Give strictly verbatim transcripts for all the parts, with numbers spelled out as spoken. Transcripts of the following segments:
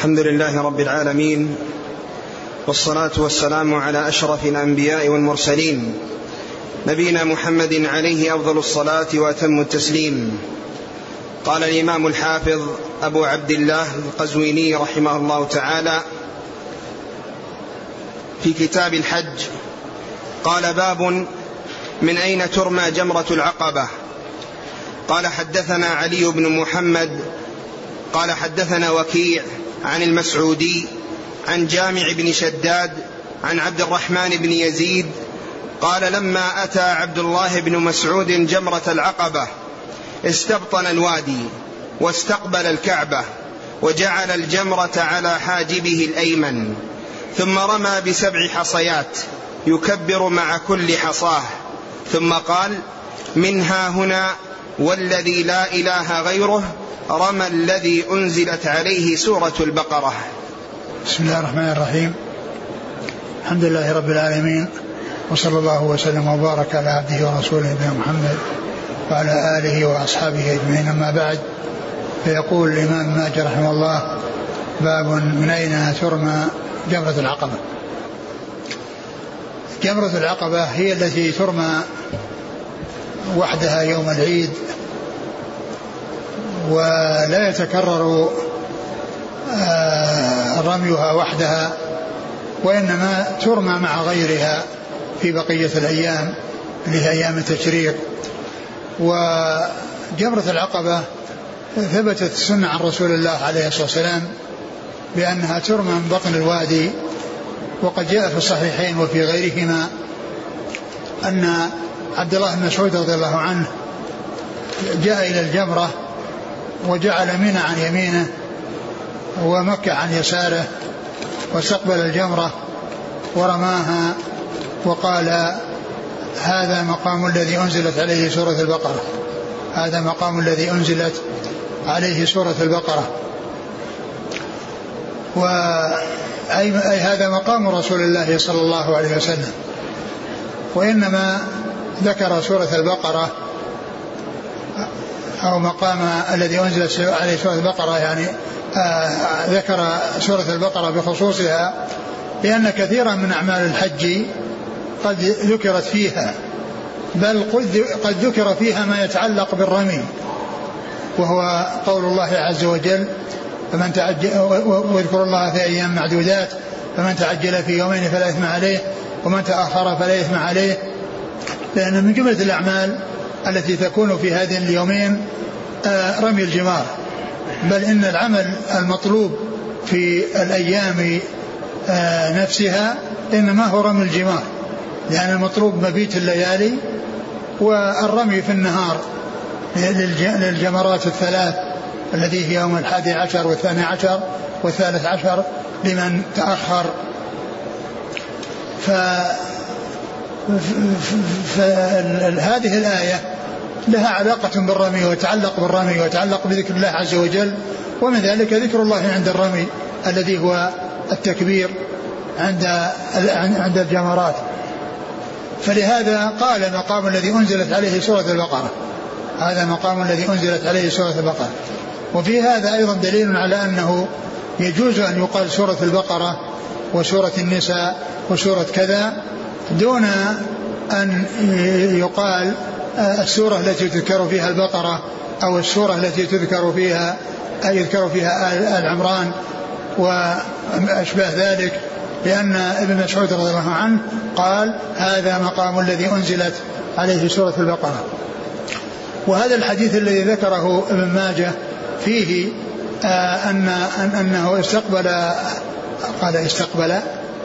الحمد لله رب العالمين، والصلاة والسلام على أشرف الأنبياء والمرسلين، نبينا محمد عليه أفضل الصلاة وأتم التسليم. قال الإمام الحافظ أبو عبد الله القزويني رحمه الله تعالى في كتاب الحج، قال: باب من أين ترمى جمرة العقبة. قال: حدثنا علي بن محمد قال حدثنا وكيع عن المسعودي عن جامع بن شداد عن عبد الرحمن بن يزيد قال: لما أتى عبد الله بن مسعود جمرة العقبة استبطن الوادي واستقبل الكعبة وجعل الجمرة على حاجبه الأيمن، ثم رمى بسبع حصيات يكبر مع كل حصاه، ثم قال: منها هنا والذي لا إله غيره رمى الذي أنزلت عليه سورة البقرة. بسم الله الرحمن الرحيم. الحمد لله رب العالمين، وصلى الله وسلم وبارك على عبده ورسوله نبينا محمد وعلى آله وأصحابه أجمعين، أما بعد. فيقول الإمام ماجه رحمه الله: باب من أين ترمى جمرة العقبة. جمرة العقبة هي التي ترمى وحدها يوم العيد، ولا يتكرر رميها وحدها، وإنما ترمى مع غيرها في بقية الأيام اللي هي أيام التشريق. وجمرة العقبة ثبتت السنة عن رسول الله عليه الصلاة والسلام بأنها ترمى من بطن الوادي، وقد جاء في الصحيحين وفي غيرهما أن عبد الله بن مسعود رضي الله عنه جاء إلى الجمرة وجعل منى عن يمينه ومكة عن يساره، واستقبل الجمرة ورماها وقال: هذا مقام الذي أنزلت عليه سورة البقرة، هذا مقام الذي أنزلت عليه سورة البقرة. وأي هذا مقام رسول الله صلى الله عليه وسلم، وإنما ذكر سورة البقرة أو مقام الذي أنزلت عليه سورة البقرة، يعني آه ذكر سورة البقرة بخصوصها، لأن كثيرا من أعمال الحج قد ذكرت فيها، بل قد ذكر فيها ما يتعلق بالرمي، وهو قول الله عز وجل: فمن تعجل واذكر الله في أيام معدودات فمن تعجل في يومين فلا إثم عليه ومن تأخر فلا إثم عليه. لأن من جملة الأعمال التي تكون في هذين اليومين آه رمي الجمار، بل إن العمل المطلوب في الأيام آه نفسها إنما هو رمي الجمار، لأن المطلوب مبيت الليالي والرمي في النهار للجمرات الثلاث التي هي يوم الحادي عشر والثاني عشر والثالث عشر لمن تأخر. ف فهذه الآية لها علاقة بالرمي وتعلق بالرمي وتعلق بذكر الله عز وجل، ومن ذلك ذكر الله عند الرمي الذي هو التكبير عند عند الجمرات. فلهذا قال: مقام الذي أنزلت عليه سورة البقرة، هذا مقام الذي أنزلت عليه سورة البقرة. وفي هذا أيضا دليل على أنه يجوز أن يقال سورة البقرة وسورة النساء وسورة كذا، دون أن يقال السورة التي تذكر فيها البقرة أو السورة التي تذكر فيها أي يذكر فيها آل عمران وأشباه ذلك، لأن ابن مسعود رضي الله عنه قال: هذا مقام الذي أنزلت عليه سورة البقرة. وهذا الحديث الذي ذكره ابن ماجه فيه آه أن أنه استقبل قال استقبل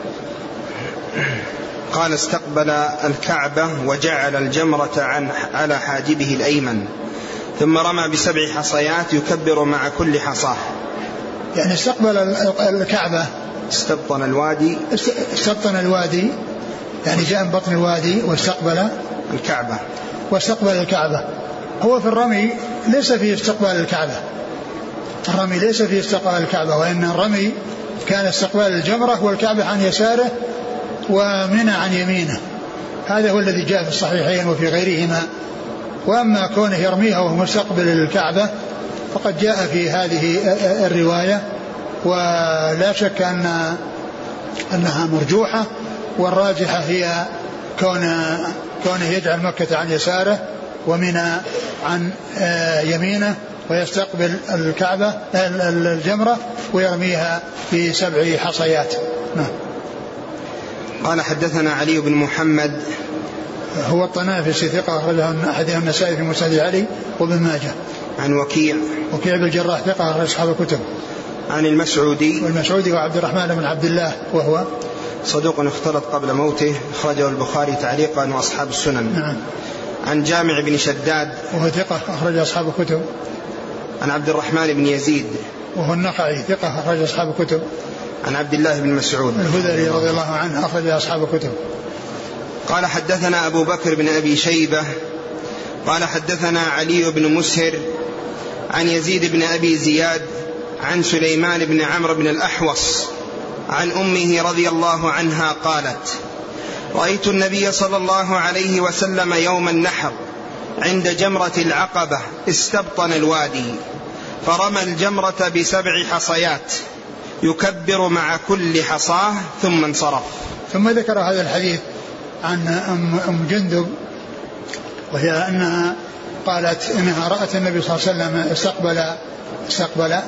قال استقبل الكعبة وجعل الجمرة عن على حاجبه الأيمن، ثم رمى بسبع حصيات يكبر مع كل حصاه. يعني استقبل الكعبة، استبطن الوادي استبطن الوادي يعني جاء من بطن الوادي واستقبل الكعبة واستقبل الكعبة. هو في الرمي ليس فيه استقبال الكعبة، الرمي ليس فيه استقبال الكعبة، وإن الرمي كان استقبال الجمرة والكعبة عن يساره ومنى عن يمينه، هذا هو الذي جاء في الصحيحين وفي غيرهما. وأما كونه يرميها وهو مستقبل الكعبة فقد جاء في هذه الرواية ولا شك أن أنها مرجوحة، والراجحة هي كون كونه يجعل مكة عن يساره ومنى عن يمينه، ويستقبل الكعبة الجمرة ويرميها بسبع حصيات. نعم. قال حدثنا علي بن محمد هو الطنافسي ثقة أخرجه أحدهم النسائي في مسند علي وابن ماجه. عن وكيع وكيع بن الجراح ثقة أخرج أصحاب الكتب. عن المسعودي والمسعودي وعبد الرحمن بن عبد الله وهو صدوق اختلط قبل موته، أخرجه البخاري تعليقا وأصحاب السنن. نعم. عن جامع بن شداد وهو ثقة أخرج أصحاب الكتب. عن عبد الرحمن بن يزيد وهو النخعي ثقة أخرج أصحاب الكتب. عن عبد الله بن مسعود الهذلي رضي الله عنه أخرج أصحاب الكتب. قال حدثنا أبو بكر بن أبي شيبة قال حدثنا علي بن مسهر عن يزيد بن أبي زياد عن سليمان بن عمرو بن الأحوص عن أمه رضي الله عنها قالت: رأيت النبي صلى الله عليه وسلم يوم النحر عند جمرة العقبة استبطن الوادي فرمى الجمرة بسبع حصيات يكبر مع كل حصاه ثم انصرف. ثم ذكر هذا الحديث عن أم جندب، وهي أنها قالت إنها رأت النبي صلى الله عليه وسلم استقبل استقبل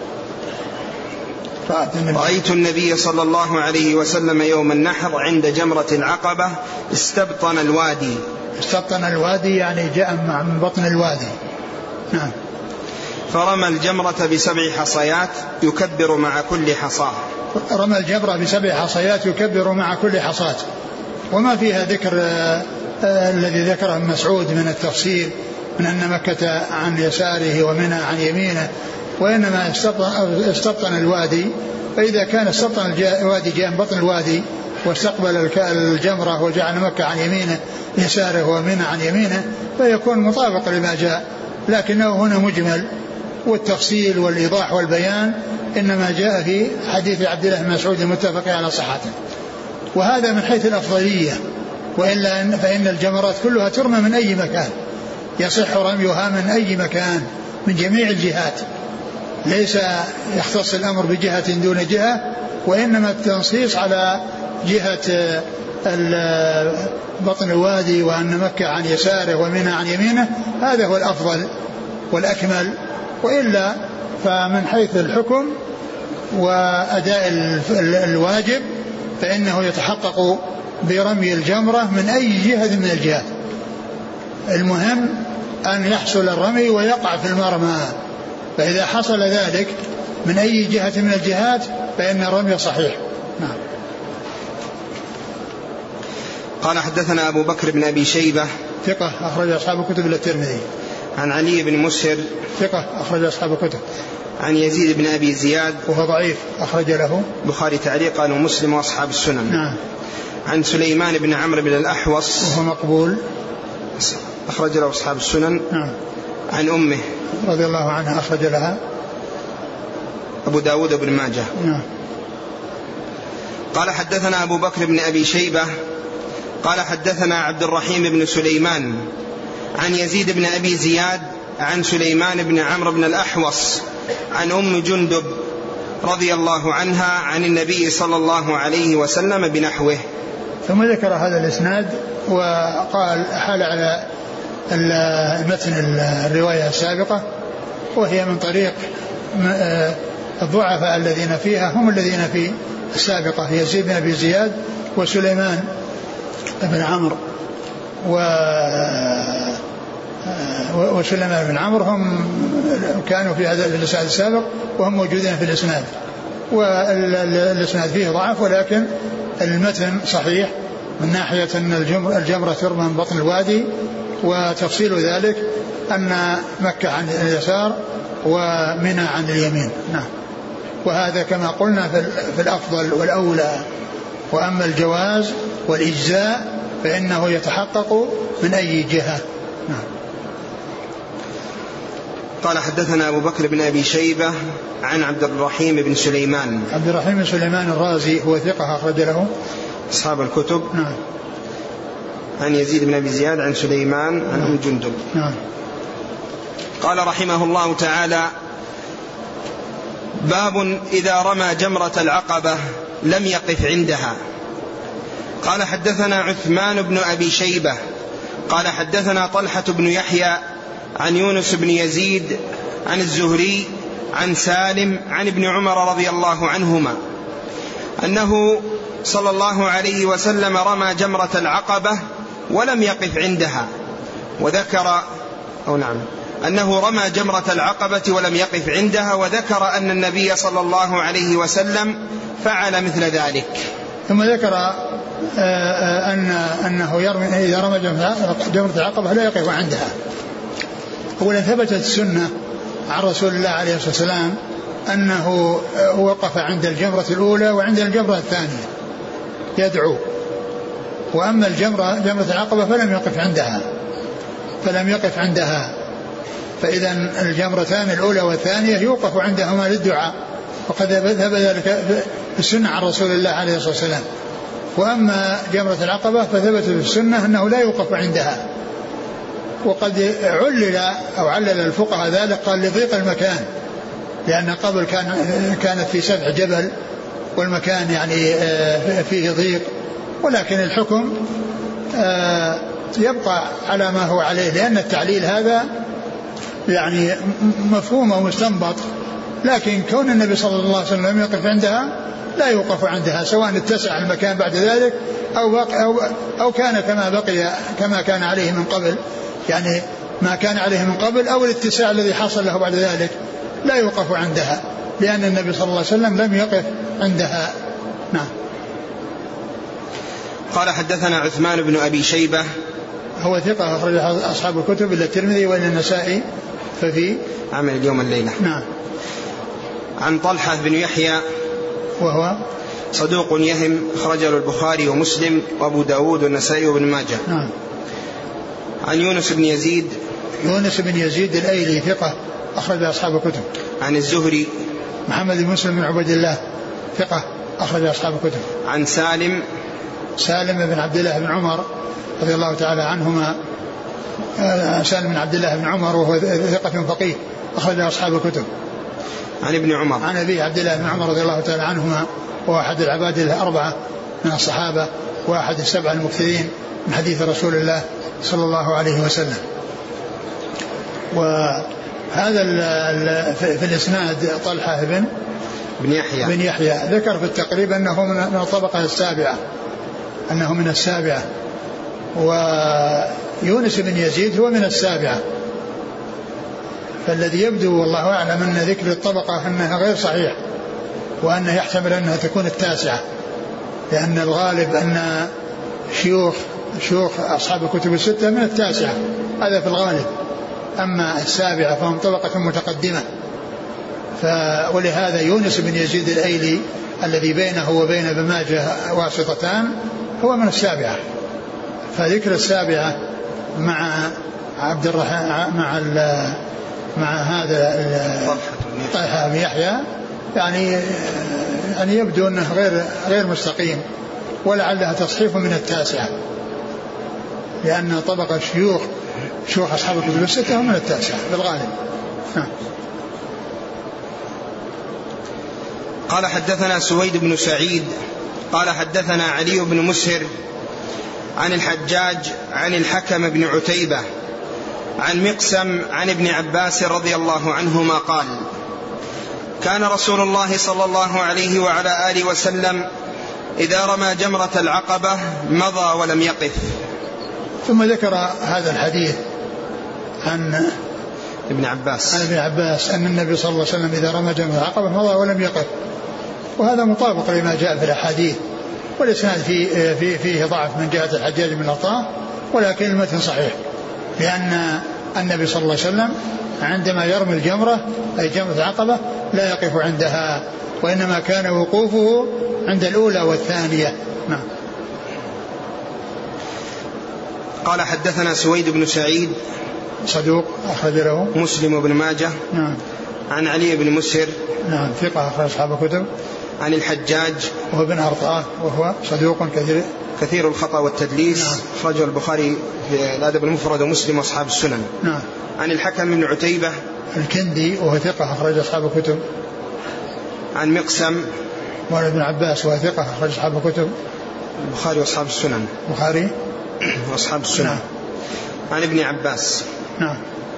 رأيت النبي صلى الله عليه وسلم يوم النحر عند جمرة العقبة استبطن الوادي. استبطن الوادي يعني جاء من بطن الوادي. نعم. فرمى الجمرة بسبع حصيات يكبر مع كل حصاة. رمى الجمرة بسبع حصيات يكبر مع كل حصاة، وما فيها ذكر آه آه الذي ذكره مسعود من التفصيل من أن مكة عن يساره ومنى عن يمينه، وإنما استبطن الوادي. فإذا كان استبطن الوادي جاء من بطن الوادي واستقبل الجمرة وجعل مكة عن يمينه يساره ومنى عن يمينه فيكون مطابق لما جاء، لكنه هنا مجمل، والتفصيل والإيضاح والبيان إنما جاء في حديث عبد الله بن مسعود المتفق على صحته. وهذا من حيث الأفضلية، وإلا فإن الجمرات كلها ترمى من أي مكان، يصح رميها من أي مكان من جميع الجهات، ليس يختص الأمر بجهة دون جهة، وإنما التنصيص على جهة بطن الوادي وأن مكة عن يساره ومنى عن يمينه، هذا هو الأفضل والأكمل. وإلا فمن حيث الحكم وأداء الواجب فإنه يتحقق برمي الجمرة من أي جهة من الجهات، المهم أن يحصل الرمي ويقع في المرمى، فإذا حصل ذلك من أي جهة من الجهات فإن الرمي صحيح. نعم. قال حدثنا أبو بكر بن أبي شيبة ثقة أخرج أصحاب الكتب إلا الترمذي. عن علي بن مسهر ثقة أخرج أصحاب الكتب. عن يزيد بن أبي زياد وهو ضعيف أخرج له البخاري تعليقا ومسلم وأصحاب السنن. نعم. عن سليمان بن عمرو بن الأحوص وهو مقبول أخرج له أصحاب السنن. نعم. عن أمه رضي الله عنها أخرج لها أبو داود بن ماجه. نعم. قال حدثنا أبو بكر بن أبي شيبة قال حدثنا عبد الرحيم بن سليمان عن يزيد بن أبي زياد عن سليمان بن عمرو بن الأحوص عن أم جندب رضي الله عنها عن النبي صلى الله عليه وسلم بنحوه. ثم ذكر هذا الإسناد وقال حال على المتن الرواية السابقة، وهي من طريق الضعفاء الذين فيها هم الذين في السابقة، يزيد بن أبي زياد وسليمان بن عمرو و وسليمان بن عمرو هم كانوا في هذا الإسناد السابق وهم موجودين في الإسناد، والإسناد فيه ضعف، ولكن المتن صحيح من ناحية أن الجمرة ترمى من بطن الوادي، وتفصيل ذلك أن مكة عن اليسار ومنى عن اليمين. نعم. وهذا كما قلنا في الأفضل والأولى، وأما الجواز والإجزاء فإنه يتحقق من أي جهة. نعم. قال حدثنا أبو بكر بن أبي شيبة عن عبد الرحيم بن سليمان. عبد الرحيم بن سليمان الرازي هو ثقة أخرج له أصحاب الكتب. نعم. عن يزيد بن أبي زياد عن سليمان عن أم جندب. نعم. قال رحمه الله تعالى: باب إذا رمى جمرة العقبة لم يقف عندها. قال حدثنا عثمان بن أبي شيبة قال حدثنا طلحة بن يحيى عن يونس بن يزيد عن الزهري عن سالم عن ابن عمر رضي الله عنهما أنه صلى الله عليه وسلم رمى جمرة العقبة ولم يقف عندها، وذكر أو نعم أنه رمى جمرة العقبة ولم يقف عندها، وذكر أن النبي صلى الله عليه وسلم فعل مثل ذلك. ثم ذكر أن أنه يرمي إذا رمى جمرة العقبة لا يقف عندها. أولا ثبتت السنة عن رسول الله عليه الصلاة والسلام أنه وقف عند الجمرة الأولى وعند الجمرة الثانية يدعو، وأما الجمرة جمرة العقبة فلم يقف عندها فلم يقف عندها فإذا الجمرتان الأولى والثانية يوقف عندهما للدعاء، وقد ثبت ذلك في السنة عن رسول الله عليه الصلاة والسلام. وأما جمرة العقبة فثبت في السنة أنه لا يوقف عندها، وقد علل أو علل الفقهاء ذلك قال لضيق المكان، لأن قبل كان كانت في سبع جبل والمكان يعني فيه ضيق، ولكن الحكم يبقى على ما هو عليه، لأن التعليل هذا يعني مفهوم ومستنبط، لكن كون النبي صلى الله عليه وسلم لم يقف عندها لا يوقف عندها، سواء اتسع المكان بعد ذلك أو, بقي أو, أو كان كما بقي كما كان عليه من قبل، يعني ما كان عليه من قبل أو الاتساع الذي حصل له بعد ذلك لا يوقف عندها، لأن النبي صلى الله عليه وسلم لم يقف عندها. نعم. قال حدثنا عثمان بن أبي شيبة هو ثقة أخرج أصحاب الكتب إلا الترمذي وإلا النسائي ففي عمل اليوم الليلة. نعم. عن طلحة بن يحيى وهو صدوق يهم أخرجه البخاري ومسلم وأبو داود والنسائي وابن ماجه. نعم. عن يونس بن يزيد يونس بن يزيد الأيلي ثقة أخرج أصحاب الكتب. عن الزهري محمد بن مسلم بن عبد الله ثقة أخرج أصحاب الكتب. عن سالم سالم بن عبد الله بن عمر رضي الله تعالى عنهما، سالم بن عبد الله بن عمر وهو ثقة فقيه أخرج أصحاب الكتب. عن ابن عمر عن أبي عبد الله بن عمر رضي الله تعالى عنهما، وهو أحد العباد الأربعة من الصحابة وأحد السبع المكثرين من حديث رسول الله صلى الله عليه وسلم. وهذا ال ال في الإسناد طلحة بن بن يحيى بن يحيى ذكر في التقريب أنه من الطبقة السابعة أنه من السابعة، ويونس بن يزيد هو من السابعة، فالذي يبدو والله أعلم أن ذكر الطبقة أنها غير صحيح، وأنه يحتمل أنها تكون التاسعة، لأن الغالب أن شيوخ شيوخ أصحاب الكتب الستة من التاسعة، هذا في الغالب، أما السابعة فهم طبقة متقدمة. ولهذا يونس بن يزيد الأيلي الذي بينه وبين ابن ماجه واسطتان هو من السابعة، فذكر السابعة مع عبد الرحمن مع مع هذا طلحة بن يحيى يعني يعني يبدو أنه غير غير مستقيم، ولعلها تصحيف من التاسعة، لأن طبقة شيوخ شيوخ أصحاب الكتب الستة هم من التاسعة بالغالب. قال حدثنا سويد بن سعيد قال حدثنا علي بن مسهر عن الحجاج عن الحكم بن عتيبة عن مقسم عن ابن عباس رضي الله عنهما قال: كان رسول الله صلى الله عليه وعلى آله وسلم إذا رمى جمرة العقبة مضى ولم يقف. ثم ذكر هذا الحديث عن ابن عباس عن ابن عباس أن النبي صلى الله عليه وسلم إذا رمى جمرة العقبة مضى ولم يقف، وهذا مطابق لما جاء في الأحاديث، والإسناد فيه, فيه, فيه ضعف من جهة الحجاج بن الأرطاة، ولكن المتن صحيح، لأن النبي صلى الله عليه وسلم عندما يرمي الجمرة أي جمرة العقبة لا يقف عندها، وإنما كان وقوفه عند الأولى والثانية. نعم. قال حدثنا سويد بن سعيد صدوق أخرج له مسلم وابن ماجه. نعم. عن علي بن مسهر نعم ثقة أخرج أصحاب الكتب. عن الحجاج وهو بن أرطاة وهو صدوق كثير كثير الخطأ والتدليس. نعم. أخرجه البخاري في الأدب المفرد ومسلم وأصحاب السنن. نعم. عن الحكم بن عتيبة الكندي وهو ثقة أخرج أصحاب الكتب. عن مقسم مولى ابن عباس وثقة أخرج أصحاب الكتب البخاري وأصحاب السنن البخاري وأصحاب السنن. نعم. عن ابن عباس. نعم.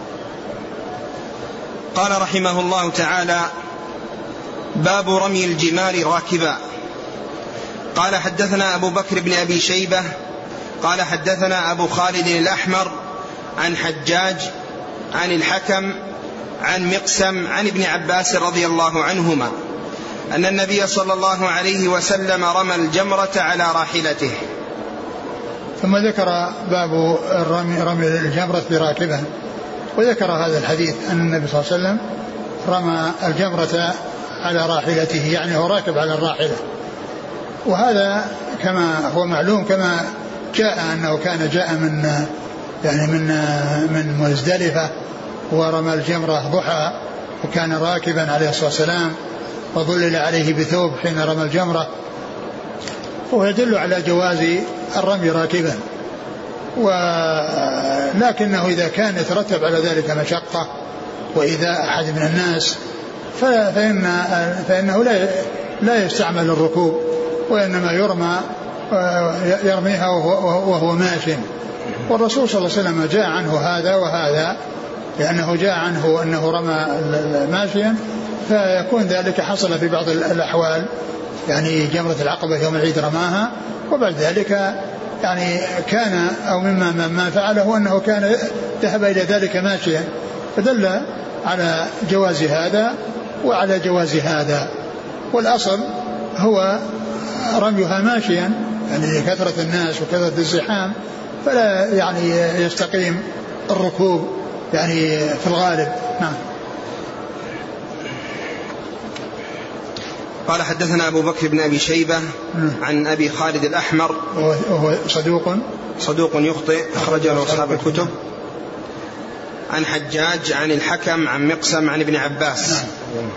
قال رحمه الله تعالى: باب رمي الجمار راكبا. قال حدثنا أبو بكر بن أبي شيبة قال حدثنا أبو خالد الأحمر عن حجاج عن الحكم عن مقسم عن ابن عباس رضي الله عنهما أن النبي صلى الله عليه وسلم رمى الجمرة على راحلته. ثم ذكر باب رمي, رمي الجمرة براكبه، وذكر هذا الحديث أن النبي صلى الله عليه وسلم رمى الجمرة على راحلته، يعني هو راكب على الراحلة. وهذا كما هو معلوم كما جاء أنه كان جاء من يعني من من مزدلفة ورمى الجمرة ضحى، وكان راكبا عليه الصلاة والسلام وظلل عليه بثوب حين رمى الجمرة، ويدل على جواز الرمي راكبا. ولكنه إذا كان يترتب على ذلك مشقة وإذا أحد من الناس فإن فإنه لا لا يستعمل الركوب، وإنما يرمى يرميها وهو ماشٍ. والرسول صلى الله عليه وسلم جاء عنه هذا وهذا، لأنه جاء عنه أنه رمى ماشيا، فيكون ذلك حصل في بعض الأحوال، يعني جمرة العقبة يوم العيد رماها، وبعد ذلك يعني كان أو مما ما فعله أنه كان ذهب إلى ذلك ماشيا، فدل على جواز هذا وعلى جواز هذا. والأصل هو رميها ماشيا، يعني كثرة الناس وكثرة الزحام فلا يعني يستقيم الركوب يعني في الغالب. نعم. قال حدثنا أبو بكر بن أبي شيبة عن أبي خالد الأحمر وهو صدوق صدوق يخطئ أخرج له أصحاب الكتب. عن حجاج عن الحكم عن مقسم عن ابن عباس. نعم.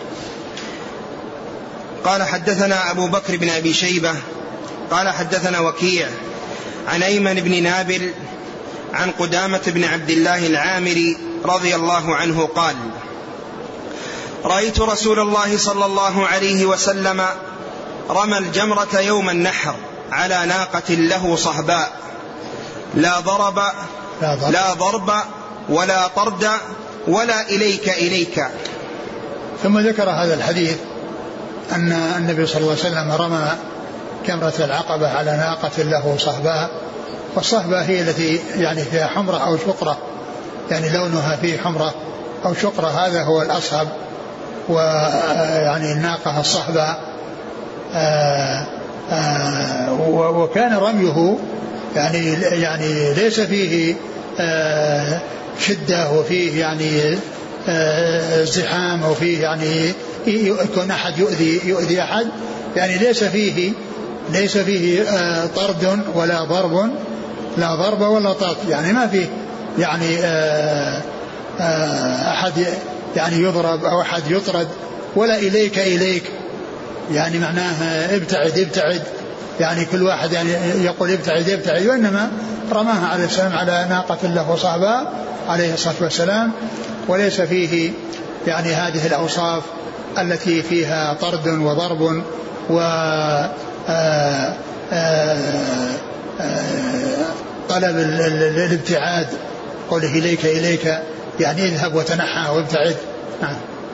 قال حدثنا أبو بكر بن أبي شيبة قال حدثنا وكيع عن أيمن بن نابل عن قدامة بن عبد الله العامري رضي الله عنه قال: رأيت رسول الله صلى الله عليه وسلم رمى الجمرة يوم النحر على ناقة له صهباء لا ضرب لا ضرب ولا طرد ولا إليك إليك. ثم ذكر هذا الحديث أن النبي صلى الله عليه وسلم رمى جمرة العقبة على ناقة له صهباء، والصهبة هي التي يعني فيها حمرة أو شقرة، يعني لونها فيه حمرة أو شقرة، هذا هو الأصهب. ويعني الناقة الصهبة آآ آآ وكان رميه يعني يعني ليس فيه شدة وفيه يعني ازدحام وفيه يعني يكون أحد يؤذي يؤذي أحد، يعني ليس فيه ليس فيه طرد ولا ضرب لا ضرب ولا طرد، يعني ما فيه يعني أحد يعني يضرب أو أحد يطرد، ولا إليك إليك يعني معناها ابتعد ابتعد، يعني كل واحد يعني يقول ابتعد ابتعد، وإنما رماها عليه السلام على ناقة له صهباء عليه الصلاة والسلام، وليس فيه يعني هذه الأوصاف التي فيها طرد وضرب و آآ آآ طلب الابتعاد، قوله إليك إليك يعني اذهب وتنحى وابتعد. نعم.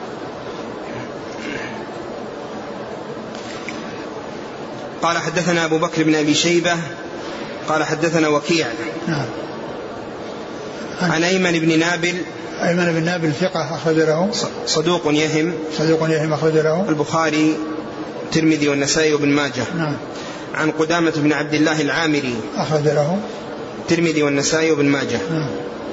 قال حدثنا أبو بكر بن أبي شيبة قال حدثنا وكيع. نعم. عن أيمن بن نابل أيمن بن نابل ثقة أخرج له صدوق يهم صدوق يهم أخرج له البخاري الترمذي والنسائي وابن ماجه. نعم. عن قدامة بن عبد الله العامري أخرج له الترمذي والنسائي وابن ماجه. نعم.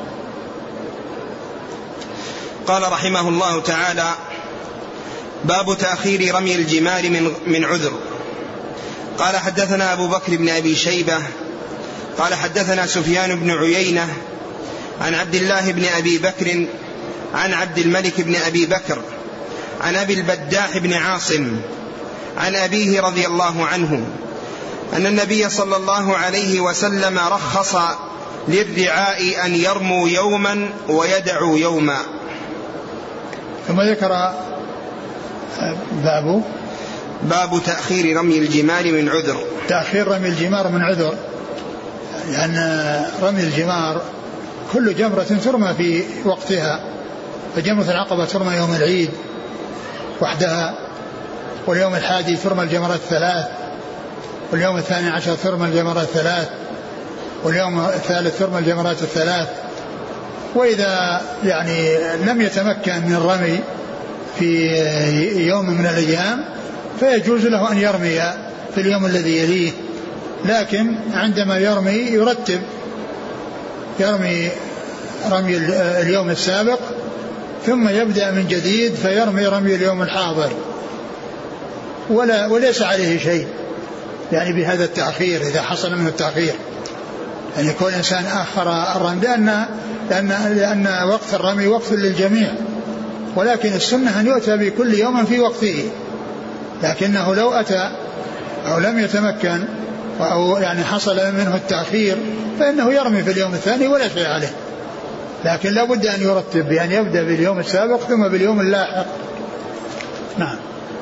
قال رحمه الله تعالى: باب تأخير رمي الجمار من, من عذر. قال حدثنا أبو بكر بن أبي شيبة قال حدثنا سفيان بن عيينة عن عبد الله بن أبي بكر عن عبد الملك بن أبي بكر عن أبي البداح بن عاصم عن أبيه رضي الله عنه أن النبي صلى الله عليه وسلم رخص للرعاء أن يرموا يوما ويدعوا يوما. ثم ذكر باب باب تأخير رمي الجمار من عذر. تأخير رمي الجمار من عذر، لأن يعني رمي الجمار كل جمرة ترمى في وقتها، فجمرة العقبة ترمى يوم العيد وحدها، واليوم الحادي ترمى الجمرات الثلاث، واليوم الثاني عشر ترمى الجمرات الثلاث، واليوم الثالث ترمى الجمرات الثلاث. وإذا يعني لم يتمكن من الرمي في يوم من الأيام فيجوز له أن يرمي في اليوم الذي يليه، لكن عندما يرمي يرتب، يرمي رمي اليوم السابق ثم يبدأ من جديد فيرمي رمي اليوم الحاضر، ولا وليس عليه شيء يعني بهذا التأخير إذا حصل منه التأخير، يعني يكون إنسان آخر الرمي، لأن, لأن, لأن وقت الرمي وقت للجميع، ولكن السنة أن يؤتى بكل يوم في وقته، لكنه لو أتى أو لم يتمكن أو يعني حصل منه التأخير فإنه يرمي في اليوم الثاني ولا شيء عليه، لكن لا بد أن يرتب بأن يبدأ باليوم السابق ثم باليوم اللاحق. نعم.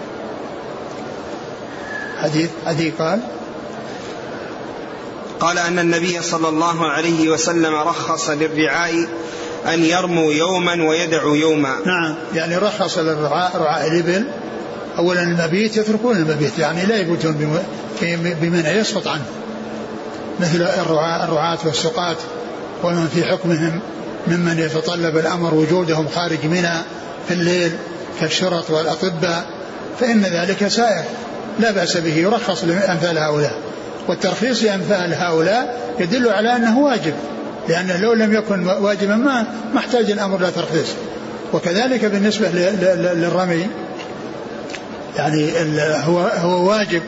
حديث حديث قال قال أن النبي صلى الله عليه وسلم رخص للرعاء أن يرموا يوما ويدعوا يوما. نعم، يعني رخص للرعاء رعاء الإبل أولا المبيت يتركون المبيت، يعني لا يبيتون بمنع يسقط عنه، مثل الرعاء الرعاة والسقاة ومن في حكمهم ممن يتطلب الأمر وجودهم خارج منى في الليل كالشرط والأطباء، فإن ذلك سائر لا بأس به، يرخص لأمثال هؤلاء. والترخيص لأمثال هؤلاء يدل على أنه واجب، لأنه لو لم يكن واجبا ما محتاج الأمر لا ترخيص. وكذلك بالنسبة للرمي يعني هو هو واجب،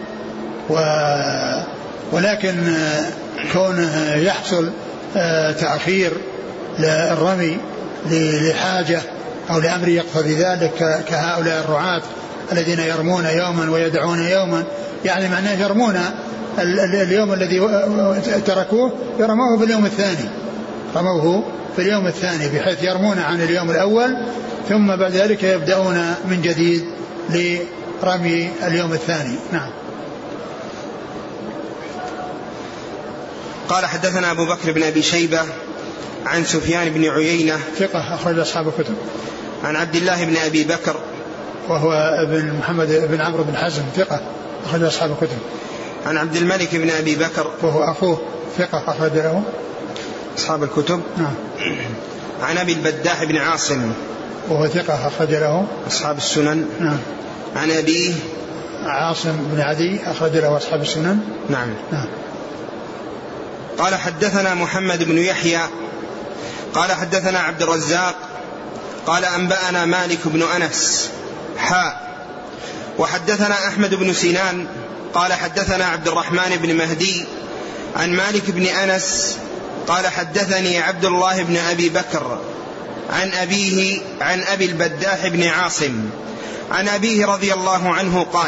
ولكن كونه يحصل تأخير للرمي لحاجة أو لأمر يقتضي ذلك كهؤلاء الرعاة الذين يرمون يوما ويدعون يوما، يعني معناه يرمون اليوم الذي تركوه يرموه في اليوم الثاني، رموه في اليوم الثاني بحيث يرمون عن اليوم الأول ثم بعد ذلك يبدأون من جديد لرمي اليوم الثاني. نعم. قال حدثنا أبو بكر بن أبي شيبة عن سفيان بن عيينة ثقة أخرج أصحاب الكتب، عن عبد الله بن أبي بكر وهو ابن محمد بن عمرو بن حزم ثقة أخرج أصحاب الكتب، عن عبد الملك بن أبي بكر وهو أخوه ثقة أخرج له أصحاب الكتب. نعم. عن أبي البداح بن عاصم وهو ثقة أخرج له أصحاب السنن. نعم. عن أبيه عاصم بن عدي أخرج له أصحاب السنن. نعم. نعم. قال حدثنا محمد بن يحيى قال حدثنا عبد الرزاق قال أنبأنا مالك بن أنس حاء وحدثنا أحمد بن سنان قال حدثنا عبد الرحمن بن مهدي عن مالك بن أنس قال حدثني عبد الله بن أبي بكر عن أبيه عن أبي البداح بن عاصم عن أبيه رضي الله عنه قال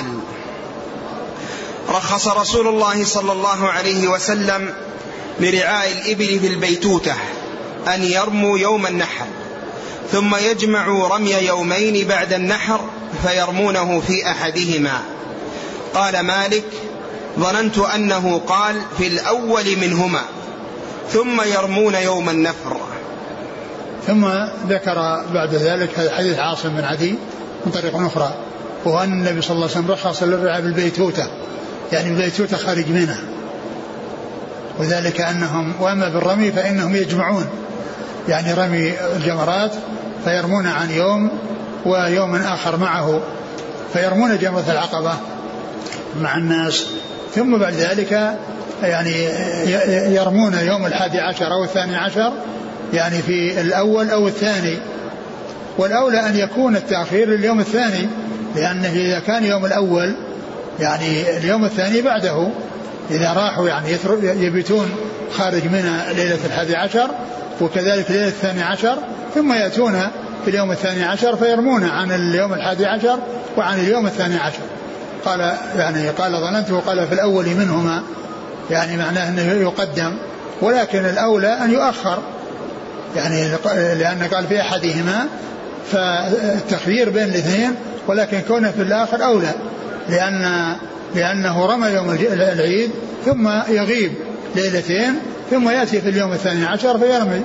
رخص رسول الله صلى الله عليه وسلم لرعاء الإبل في البيتوتة أن يرموا يوم النحر ثم يجمعوا رمي يومين بعد النحر فيرمونه في أحدهما. قال مالك ظننت أنه قال في الأول منهما ثم يرمون يوم النفر. ثم ذكر بعد ذلك حديث عاصم بن عدي من طريق أخرى، وهو أن النبي صلى الله عليه وسلم رخص للرعاء بالبيتوتة، يعني البيتوتة خارج منها، وذلك أنهم وأما بالرمي فإنهم يجمعون، يعني رمي الجمرات فيرمون عن يوم ويوم آخر معه، فيرمون جمرة العقبة مع الناس، ثم بعد ذلك يعني يرمون يوم الحادي عشر أو الثاني عشر، يعني في الأول أو الثاني، والأولى أن يكون التأخير لليوم الثاني، لأنه إذا كان يوم الأول يعني اليوم الثاني بعده، إذا راحوا يعني يبيتون خارج منها ليلة الحادي عشر وكذلك ليلة الثاني عشر، ثم يأتون في اليوم الثاني عشر فيرمون عن اليوم الحادي عشر وعن اليوم الثاني عشر. قال يعني قال ظننته قال في الأول منهما، يعني معناه أنه يقدم، ولكن الأولى أن يؤخر، يعني لأن قال في أحدهما، فالتخيير بين الاثنين ولكن كونه في الآخر أولى، لأن لأنه رمى يوم العيد ثم يغيب ليلتين ثم يأتي في اليوم الثاني عشر فيرمي.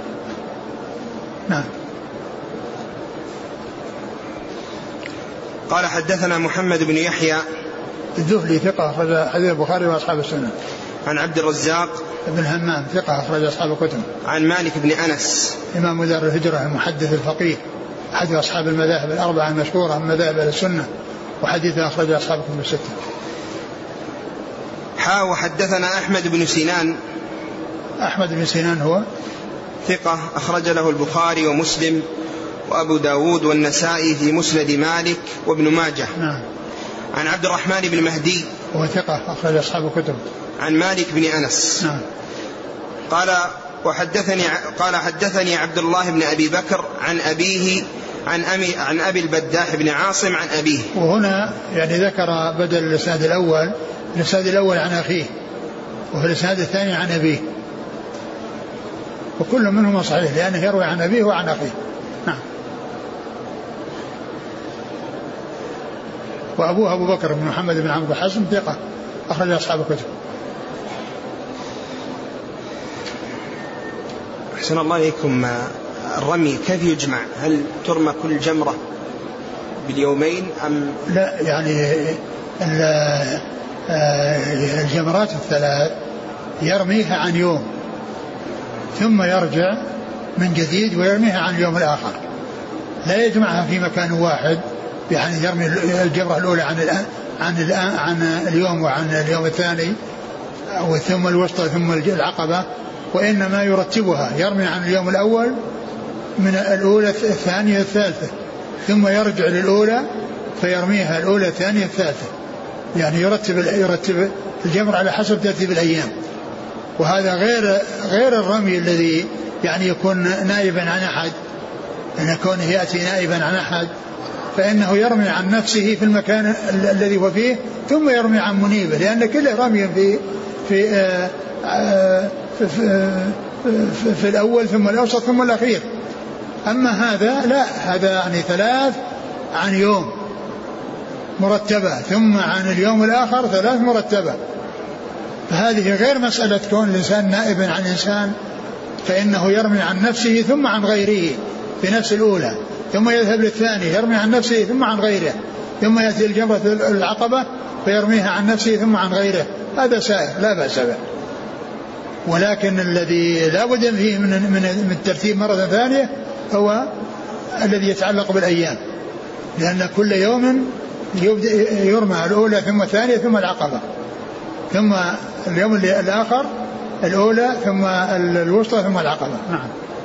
نعم. قال حدثنا محمد بن يحيى الذهلي ثقة أخرج حديث البخاري وأصحاب السنة. عن عبد الرزاق بن همام ثقة أخرج أصحاب الكتب. عن مالك بن أنس إمام دار الهجرة المحدث الفقيه أحد أصحاب المذاهب الأربعة المشهورة من مذاهب السنة وحديثه أخرج أصحاب الكتب الستة. حا وحدثنا أحمد بن سنان. أحمد بن سنان هو ثقة أخرج له البخاري ومسلم وأبو داود والنسائي في مسند مالك وابن ماجه. نعم. عن عبد الرحمن بن مهدي هو ثقة أخرج أصحاب الكتب. عن مالك بن أنس. نعم. قال وحدثني قال حدثني عبد الله بن أبي بكر عن أبيه عن أمي عن أبي البداح بن عاصم عن أبيه. وهنا يعني ذكر بدل الإسناد الأول الإسناد الأول عن أخيه وفي الإسناد الثاني عن أبيه، وكل منهما صحيح لأنه يروي عن أبيه وعن أخيه. نعم. وأبوه أبو بكر بن محمد بن عمرو حزم ثقة أخرج أصحاب الكتب. أحسن الله إليكم. الرمي كيف يجمع؟ هل ترمى كل جمرة باليومين أم لا؟ يعني الجمرات الثلاث يرميها عن يوم ثم يرجع من جديد ويرميها عن اليوم الآخر، لا يجمعها في مكان واحد، يعني يرمي الجمرة الأولى عن الآن عن الآن عن اليوم وعن اليوم الثاني ثم الوسطى ثم العقبة، وإنما يرتبها، يرمي عن اليوم الأول من الأولى الثانية الثالثة ثم يرجع للأولى فيرميها الأولى الثانية الثالثة، يعني يرتب يرتب الجمر على حسب ترتيب الأيام. وهذا غير غير الرمي الذي يعني يكون نائبا عن أحد، أن كونه يأتي نائبا عن أحد فإنه يرمي عن نفسه في المكان الذي هو فيه ثم يرمي عن منيبه، لأن كله رمي في في آآ آآ في, في, في الأول ثم الأوسط ثم الأخير. أما هذا لا، هذا يعني ثلاث عن يوم مرتبة ثم عن اليوم الآخر ثلاث مرتبة، فهذه غير مسألة كون الإنسان نائبا عن إنسان، فإنه يرمي عن نفسه ثم عن غيره في نفس الأولى ثم يذهب للثاني يرمي عن نفسه ثم عن غيره ثم يأتي الجمرة العقبة فيرميها عن نفسه ثم عن غيره، هذا سائر لا بأس به. ولكن الذي لا بد فيه من, من, من الترتيب مرة ثانية هو الذي يتعلق بالأيام، لأن كل يوم يرمى الأولى ثم الثانية ثم العقبة ثم اليوم الآخر الأولى ثم الوسطى ثم العقبة. نعم.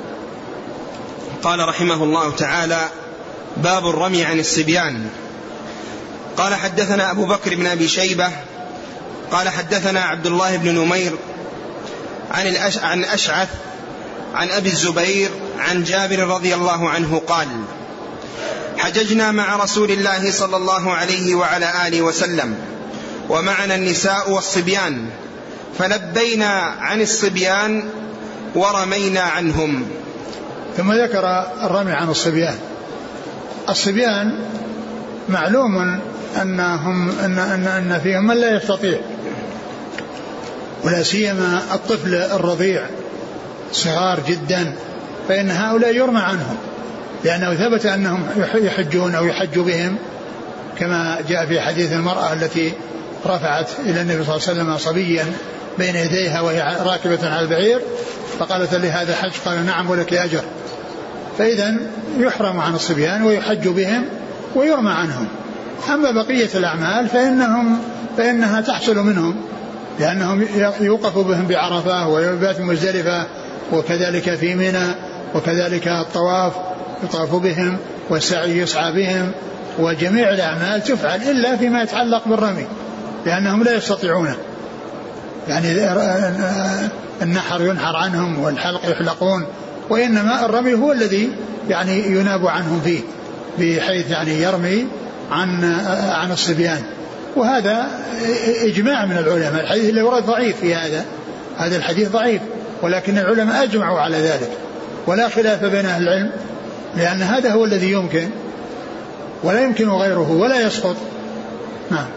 قال رحمه الله تعالى: باب الرمي عن الصبيان. قال حدثنا أبو بكر بن أبي شيبة قال حدثنا عبد الله بن نمير عن, الأش... عن أشعث عن أبي الزبير عن جابر رضي الله عنه قال: حججنا مع رسول الله صلى الله عليه وعلى آله وسلم ومعنا النساء والصبيان فلبينا عن الصبيان ورمينا عنهم. ثم ذكر الرمي عن الصبيان. الصبيان معلوم أنهم أن, أن, أن فيهم من لا يستطيع، ولا سيما الطفل الرضيع صغار جدا، فإن هؤلاء يرمى عنهم، لأنه ثبت أنهم يحجون أو يحج بهم، كما جاء في حديث المرأة التي رفعت إلى النبي صلى الله عليه وسلم صبيا بين يديها وهي راكبة على البعير فقالت لهذا حج؟ قال: نعم ولك أجر. فإذا يحرم عن الصبيان ويحج بهم ويرمى عنهم. أما بقية الأعمال فإنهم فإنها تحصل منهم، لأنهم يوقف بهم بعرفة ويبات مزدلفة وكذلك في منى وكذلك الطواف يطاف بهم والسعي يسعى بهم، وجميع الأعمال تفعل إلا فيما يتعلق بالرمي، لأنهم لا يستطيعونه، يعني النحر ينحر عنهم والحلق يحلقون، وإنما الرمي هو الذي يعني يناب عنهم فيه، بحيث يعني يرمي عن عن الصبيان. وهذا إجماع من العلماء. الحديث اللي ورد ضعيف في هذا هذا الحديث ضعيف، ولكن العلماء أجمعوا على ذلك ولا خلاف بين أهل العلم، لأن هذا هو الذي يمكن، ولا يمكن غيره ولا يسقط. نعم.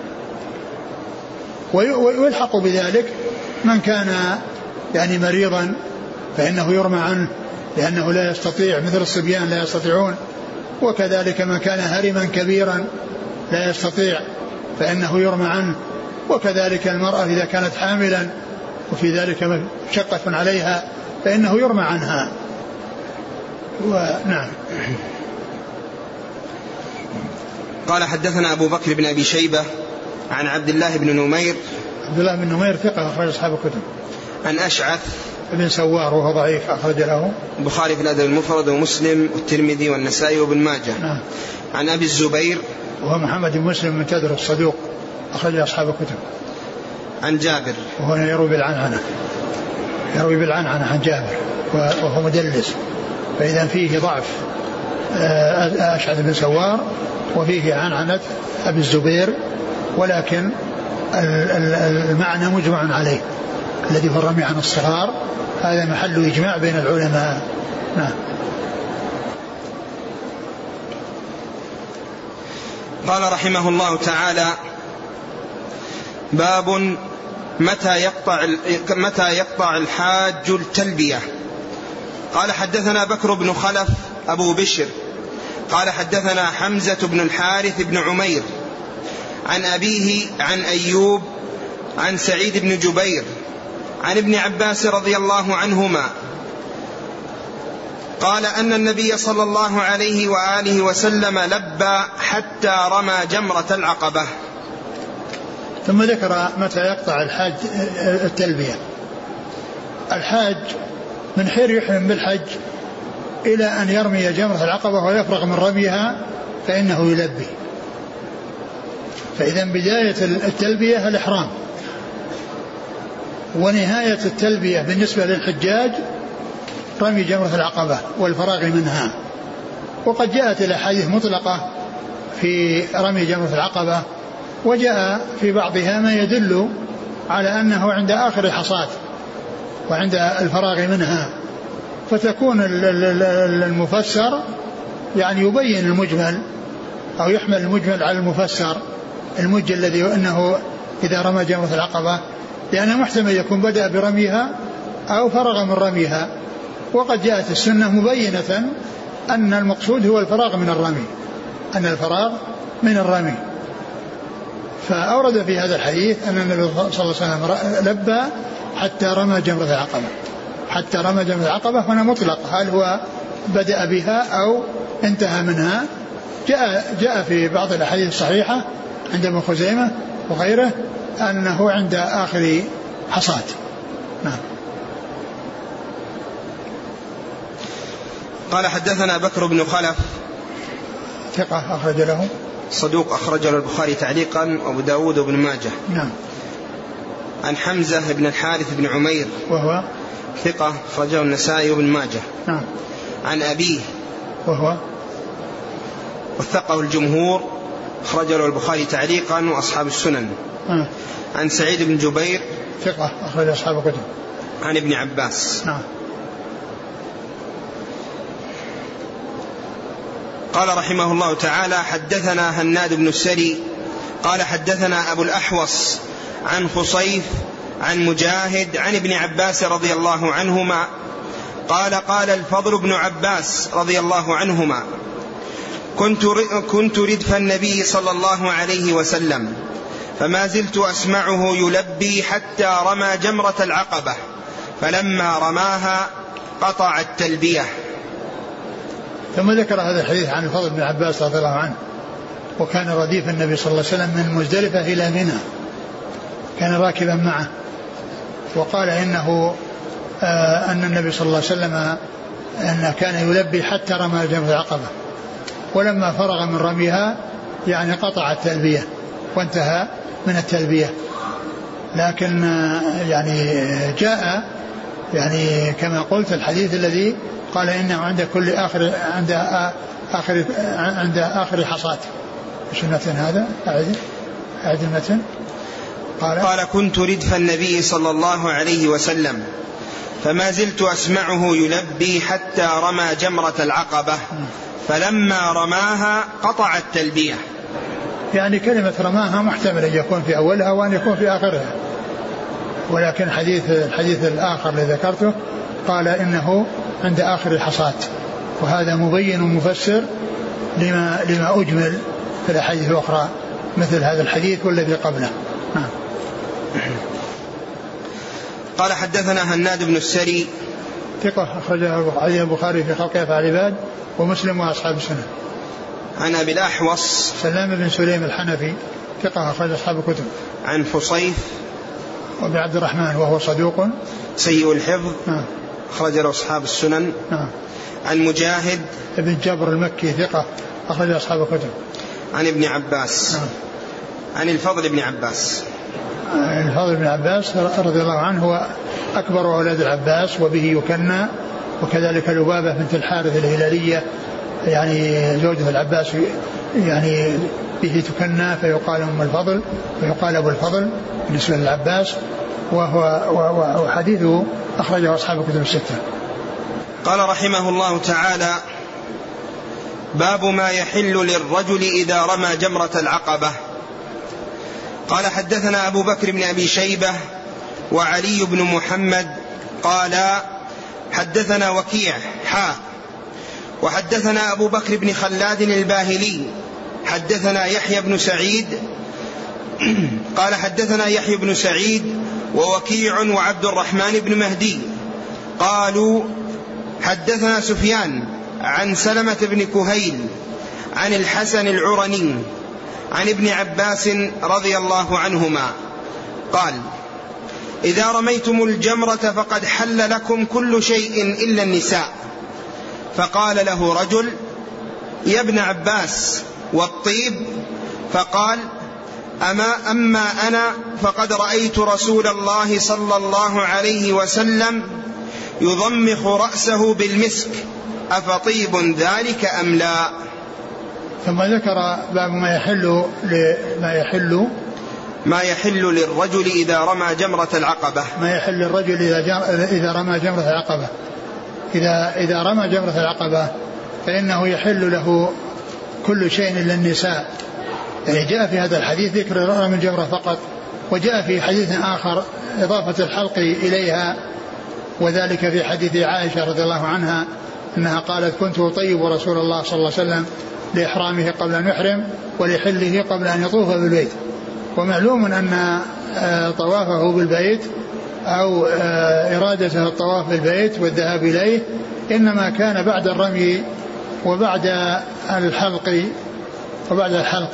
ويلحق بذلك من كان يعني مريضا فإنه يرمى عنه لأنه لا يستطيع، مثل الصبيان لا يستطيعون، وكذلك من كان هرما كبيرا لا يستطيع فإنه يرمى عنه، وكذلك المرأة إذا كانت حاملا وفي ذلك مشقة عليها فإنه يرمى عنها. ونعم. قال حدثنا أبو بكر بن أبي شيبة عن عبد الله بن نمير. عبد الله بن نمير ثقة أخرج أصحاب الكتب. عن أشعث بن سوار وهو ضعيف أخرج له البخاري في الأدب المفرد ومسلم والترمذي والنسائي وابن ماجه. نعم. عن أبي الزبير وهو محمد بن مسلم من تدر الصدوق أخرج أصحاب الكتب. عن جابر وهو يروي بالعنعنة يروي بالعنعنة عن جابر وهو مدلس، فإذا فيه ضعف أشعث بن سوار وفيه عنعنة أبي الزبير، ولكن المعنى مجمع عليه الذي هو الرمي عن الصغار، هذا محل إجماع بين العلماء. نعم. قال رحمه الله تعالى: باب متى يقطع متى يقطع الحاج التلبية. قال حدثنا بكر بن خلف أبو بشر قال حدثنا حمزة بن الحارث بن عمير عن أبيه عن أيوب عن سعيد بن جبير عن ابن عباس رضي الله عنهما قال أن النبي صلى الله عليه وآله وسلم لبى حتى رمى جمرة العقبة. ثم ذكر متى يقطع الحاج التلبية. الحاج من حين يحرم بالحج إلى أن يرمي جمرة العقبة ويفرغ من رميها فإنه يلبي. فإذا بداية التلبية الإحرام، ونهاية التلبية بالنسبة للحجاج رمي جمرة العقبة والفراغ منها. وقد جاءت الأحاديث مطلقة في رمي جمرة العقبة، وجاء في بعضها ما يدل على أنه عند آخر الحصاة وعند الفراغ منها، فتكون المفسر يعني يبين المجمل أو يحمل المجمل على المفسر، المجل الذي أنه إذا رمى جمرة العقبة، لأنه محتمل يكون بدأ برميها أو فرغ من رميها. وقد جاءت السنة مبينة أن المقصود هو الفراغ من الرمي، أن الفراغ من الرمي. فأورد في هذا الحديث أن النبي صلى الله عليه وسلم لبى حتى رمى جمرة العقبة، حتى رمى جمرة العقبة هنا مطلق، هل هو بدأ بها أو انتهى منها؟ جاء جاء في بعض الأحاديث الصحيحة عند ابن خزيمة وغيره أنه عند آخر حصاد. نعم. قال حدثنا بكر بن خلف ثقة أخرج له صدوق أخرج له البخاري تعليقا وأبو داود وابن ماجه. نعم. عن حمزة بن الحارث بن عمير وهو ثقة أخرجه النسائي وابن ماجه. نعم. عن أبيه وهو وثقه الجمهور أخرج له البخاري تعليقا وأصحاب السنن. نعم. عن سعيد بن جبير ثقة أخرج أصحاب الكتب. عن ابن عباس. نعم. قال رحمه الله تعالى: حدثنا هناد بن السري قال حدثنا أبو الأحوص عن خصيف عن مجاهد عن ابن عباس رضي الله عنهما قال: قال الفضل بن عباس رضي الله عنهما: كنت كنت ردف النبي صلى الله عليه وسلم فما زلت أسمعه يلبي حتى رمى جمرة العقبة، فلما رماها قطع التلبية. ثم ذكر هذا الحديث عن الفضل بن عباس رضي الله عنه، وكان رديف النبي صلى الله عليه وسلم من مزدلفة إلى منى، كان راكبا معه، وقال إنه آه أن النبي صلى الله عليه وسلم أنه كان يلبي حتى رمى جمرة العقبة، ولما فرغ من رميها يعني قطع التلبية وانتهى من التلبية. لكن آه يعني جاء يعني كما قلت الحديث الذي قال إنه عند كل آخر عند آخر عند آخر حصاد. ايش المتن هذا؟ أعد أعد المتن. قال قال كنت ردف النبي صلى الله عليه وسلم فما زلت أسمعه يلبي حتى رمى جمرة العقبة، فلما رماها قطع التلبية. يعني كلمة رماها محتمل أن يكون في أولها وأن يكون في آخرها، ولكن حديث الحديث الآخر الذي ذكرته قال إنه عند آخر الحصاة، وهذا مبين ومفسر لما, لما أجمل في الأحاديث الأخرى مثل هذا الحديث والذي قبله. نعم. قال حدثنا هناد بن السري ثقة أخرجه البخاري في خلق أفعال العباد ومسلم وأصحاب السنة. عن أبي الأحوص سلام بن سليم الحنفي ثقة أخرج أصحاب الكتب. عن حصيف وابن عبد الرحمن وهو صدوق سيء الحفظ نعم أخرج له أصحاب السنن. نعم. عن مجاهد ابن جبر المكي ثقة أخرج أصحاب الكتب. عن ابن عباس نعم. عن الفضل بن عباس الفضل بن عباس رضي الله عنه هو أكبر أولاد العباس وبه يكنى، وكذلك لبابة بنت الحارث الهلالية يعني زوجة العباس يعني به تكنى فيقال أم الفضل ويقال أبو الفضل بالنسبة للعباس، وهو وحديثه أخرجه أصحاب الكتب الستة. قال رحمه الله تعالى: باب ما يحل للرجل إذا رمى جمرة العقبة. قال حدثنا أبو بكر بن أبي شيبة وعلي بن محمد قال حدثنا وكيع حا وحدثنا أبو بكر بن خلاد الباهلي حدثنا يحيى بن سعيد قال حدثنا يحيى بن سعيد ووكيع وعبد الرحمن بن مهدي قالوا حدثنا سفيان عن سلمة بن كهيل عن الحسن العرني عن ابن عباس رضي الله عنهما قال: إذا رميتم الجمرة فقد حل لكم كل شيء إلا النساء. فقال له رجل: يا ابن عباس والطيب؟ فقال: أما, أما أنا فقد رأيت رسول الله صلى الله عليه وسلم يضمخ رأسه بالمسك، أفطيب ذلك أم لا؟ ثم ذكر باب ما يحل ما يحل ما يحل للرجل إذا رمى جمرة العقبة. ما يحل للرجل إذا إذا رمى جمرة العقبة. إذا إذا رمى جمرة العقبة فإنه يحل له كل شيء إلا النساء. يعني جاء في هذا الحديث ذكر رمي الجمرة فقط، وجاء في حديث آخر إضافة الحلق إليها، وذلك في حديث عائشة رضي الله عنها أنها قالت: كنت أطيب رسول الله صلى الله عليه وسلم لإحرامه قبل أن يحرم ولحله قبل أن يطوف بالبيت. ومعلوم أن طوافه بالبيت أو إرادته الطواف بالبيت والذهاب إليه إنما كان بعد الرمي وبعد الحلق وبعد الحلق.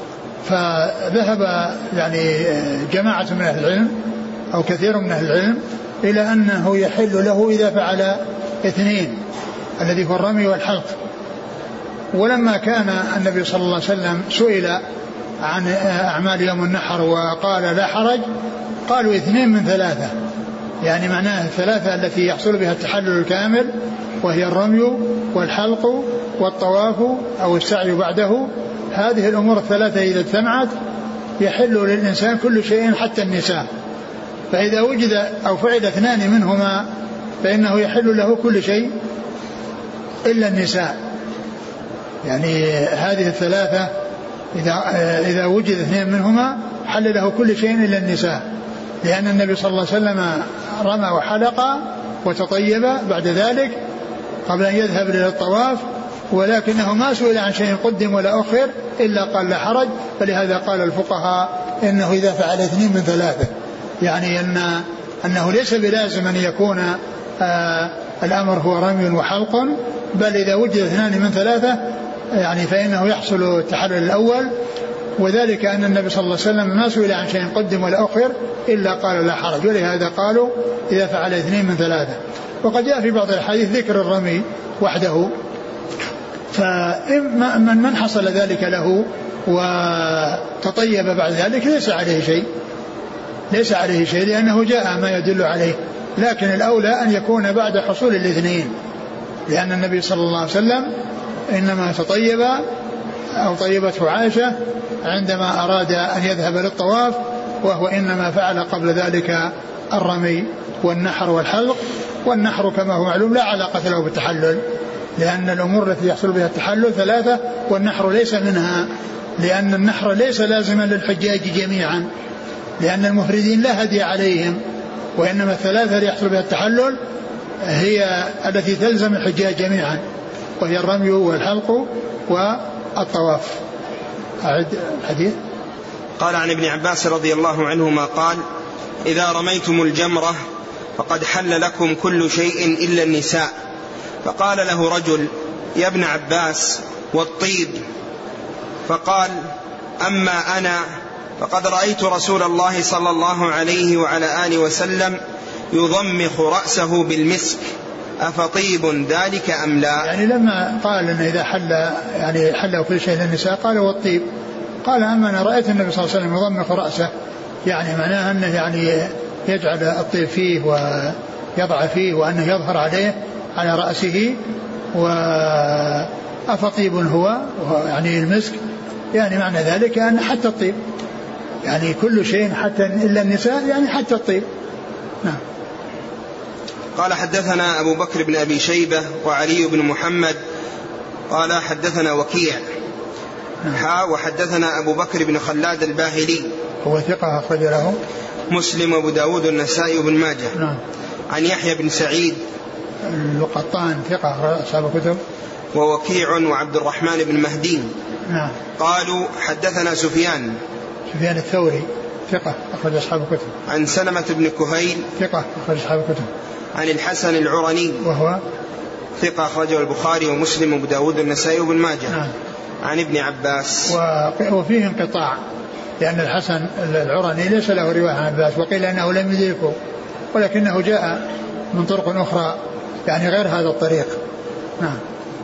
فذهب يعني جماعة من أهل العلم أو كثير من أهل العلم إلى أنه يحل له إذا فعل اثنين، الذي هو الرمي والحلق. ولما كان النبي صلى الله عليه وسلم سئل عن أعمال يوم النحر وقال لا حرج، قالوا اثنين من ثلاثة، يعني معناه الثلاثة التي يحصل بها التحلل الكامل، وهي الرمي والحلق والطواف أو السعي بعده. هذه الأمور الثلاثة إذا اجتمعت يحل للإنسان كل شيء حتى النساء. فإذا وجد أو فعل اثنان منهما فإنه يحل له كل شيء إلا النساء. يعني هذه الثلاثة إذا, إذا وجد اثنين منهما حل له كل شيء إلا النساء، لأن النبي صلى الله عليه وسلم رمى وحلق وتطيب بعد ذلك قبل أن يذهب إلى الطواف، ولكنه ما سئل عن شيء قدم ولا أخر إلا قال لا حرج. فلهذا قال الفقهاء إنه إذا فعل اثنين من ثلاثة، يعني أن أنه ليس بلازم أن يكون آه الأمر هو رمي وحلق، بل إذا وجد اثنان من ثلاثة يعني فإنه يحصل التحلل الأول. وذلك أن النبي صلى الله عليه وسلم ما سئل عن شيء قدم ولا أخر إلا قال لا حرج، ولهذا قالوا إذا فعل اثنين من ثلاثة. وقد جاء في بعض الحديث ذكر الرمي وحده، فمن من حصل ذلك له وتطيب بعد ذلك ليس عليه شيء ليس عليه شيء لأنه جاء ما يدل عليه. لكن الأولى أن يكون بعد حصول الاثنين، لأن النبي صلى الله عليه وسلم إنما تطيب أو طيبته عائشة عندما أراد أن يذهب للطواف، وهو إنما فعل قبل ذلك الرمي والنحر والحلق. والنحر كما هو معلوم لا علاقة له بالتحلل، لأن الأمور التي يحصل بها التحلل ثلاثة والنحر ليس منها، لأن النحر ليس لازما للحجاج جميعا، لأن المفردين لا هدي عليهم، وإنما الثلاثة اللي يحصل بها التحلل هي التي تلزم الحجاج جميعا، وهي الرمي والحلق والطواف. أعد الحديث. قال عن ابن عباس رضي الله عنهما قال: إذا رميتم الجمرة فقد حل لكم كل شيء إلا النساء. فقال له رجل: يا ابن عباس والطيب؟ فقال: أما أنا فقد رأيت رسول الله صلى الله عليه وعلى آله وسلم يضمخ رأسه بالمسك، أفطيب ذلك أم لا؟ يعني لما قال إن إذا حل يعني حل كل شيء للنساء قال والطيب، قال أما أنا رأيت النبي صلى الله عليه وسلم يضمخ رأسه، يعني معناه أنه يعني يجعل الطيب فيه ويضع فيه وأنه يظهر عليه على رأسه. وأفطيب هو يعني المسك، يعني معنى ذلك أن حتى الطيب، يعني كل شيء حتى إلا النساء، يعني حتى الطيب. نعم. قال حدثنا أبو بكر بن أبي شيبة وعلي بن محمد قال حدثنا وكيع حا وحدثنا أبو بكر بن خلاد الباهلي هو ثقة أخرج له مسلم وأبو داود والنسائي وابن ماجه. نعم. عن يحيى بن سعيد القطان ثقة أخرج أصحاب الكتب. ووكيع وعبد الرحمن بن مهدي. نعم. قالوا حدثنا سفيان سفيان الثوري ثقة أخرج أصحاب الكتب. عن سلمة بن كهيل ثقة أخرج أصحاب الكتب. عن الحسن العرني وهو ثقة أخرجه البخاري ومسلم وأبو داود والنسائي وابن ماجه. نعم. عن ابن عباس. وفيه انقطاع، لأن الحسن العرني ليس له رواية عن عباس، وقيل أنه لم يدركه، ولكنه جاء من طرق أخرى يعني غير هذا الطريق. نعم.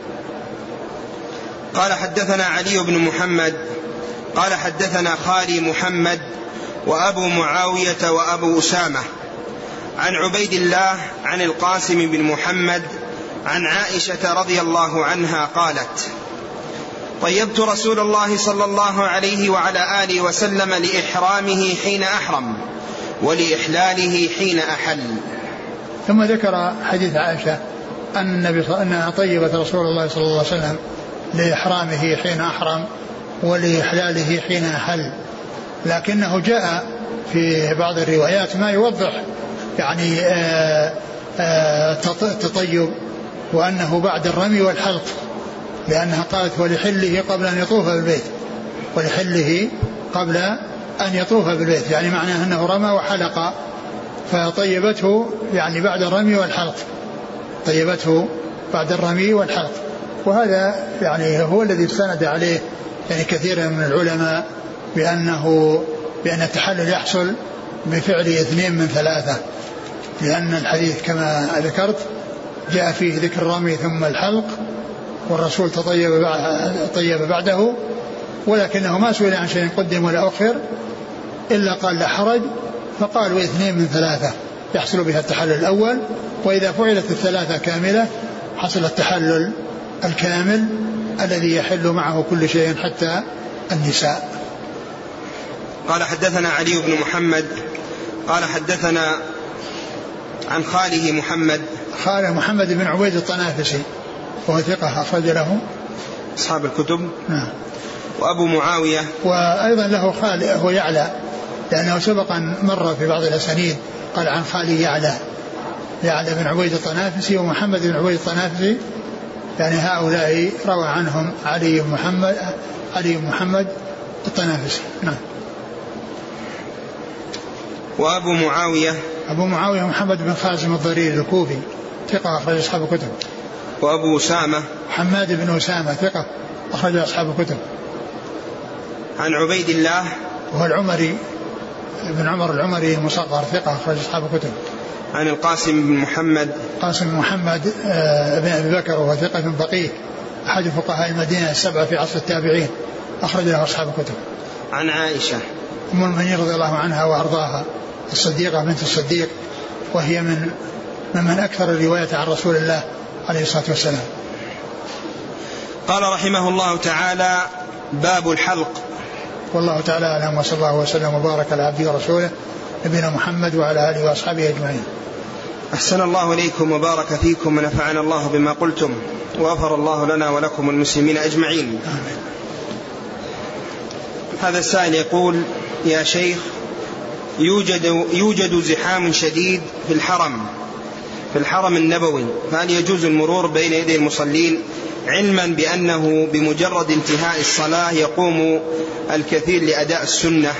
قال حدثنا علي بن محمد قال حدثنا خالي محمد وأبو معاوية وأبو أسامة عن عبيد الله عن القاسم بن محمد عن عائشة رضي الله عنها قالت: طيبت رسول الله صلى الله عليه وعلى آله وسلم لإحرامه حين أحرم ولإحلاله حين أحل. ثم ذكر حديث عائشة أن النبي أنها طيبت رسول الله صلى الله عليه وسلم لإحرامه حين أحرم ولإحلاله حين أحل، لكنه جاء في بعض الروايات ما يوضح يعني التطيب، وأنه بعد الرمي والحلق، لأنها قالت ولحله قبل أن يطوف بالبيت، ولحله قبل أن يطوف بالبيت، يعني معناه أنه رمى وحلق، فطيبته يعني بعد الرمي والحلق، طيبته بعد الرمي والحلق. وهذا يعني هو الذي استند عليه يعني كثير من العلماء بأنه بأن التحلل يحصل بفعل اثنين من ثلاثة، لأن الحديث كما ذكرت جاء فيه ذكر الرمي ثم الحلق، والرسول تطيب طيب بعده، ولكنه ما سئل عن شيء قدم ولا أخر إلا قال لا حرج، فقالوا اثنين من ثلاثة يحصل بها التحلل الأول، وإذا فعلت الثلاثة كاملة حصل التحلل الكامل الذي يحل معه كل شيء حتى النساء. قال حدثنا علي بن محمد قال حدثنا عن خاله محمد خاله محمد بن عبيد الطنافسي وهو ثقة أخرج له أصحاب الكتب. نعم. وأبو معاوية وأيضا له خاله هو يعلى، لأنه سبقا مر في بعض الأسانيد قال عن خالي يعلى يعلى بن عبيد الطنافسي ومحمد بن عبيد الطنافسي، يعني هؤلاء روى عنهم علي بن محمد علي بن محمد الطنافسي. نعم. وأبو معاوية أبو معاوية محمد بن خازم الضرير الكوفي ثقة أخرج أصحاب الكتب. وأبو أسامة حماد بن أسامة ثقة أخرج أصحاب الكتب. عن عبيد الله وهو العمري بن عمر العمري المصغر ثقة أخرج أصحاب الكتب. عن القاسم بن محمد قاسم بن محمد بن أبي بكر وهو ثقة فقيه أحد فقهاء المدينة السبعة في عصر التابعين أخرج له أصحاب الكتب. عن عائشة أم المؤمنين رضي الله عنها وأرضاها الصديقة بنت الصديق، وهي من ممن أكثر الرواية عن رسول الله عليه الصلاة والسلام. قال رحمه الله تعالى: باب الحلق. والله تعالى أعلم، وصلى الله وسلم وبارك على عبده ورسوله نبينا محمد وعلى آله وأصحابه أجمعين. أحسن الله إليكم وبارك فيكم ونفعنا الله بما قلتم وغفر الله لنا ولكم المسلمين أجمعين. هذا السائل يقول: يا شيخ، يوجد, يوجد زحام شديد في الحرم في الحرم النبوي، فهل يجوز المرور بين يدي المصلين، علما بأنه بمجرد انتهاء الصلاة يقوم الكثير لأداء السنة؟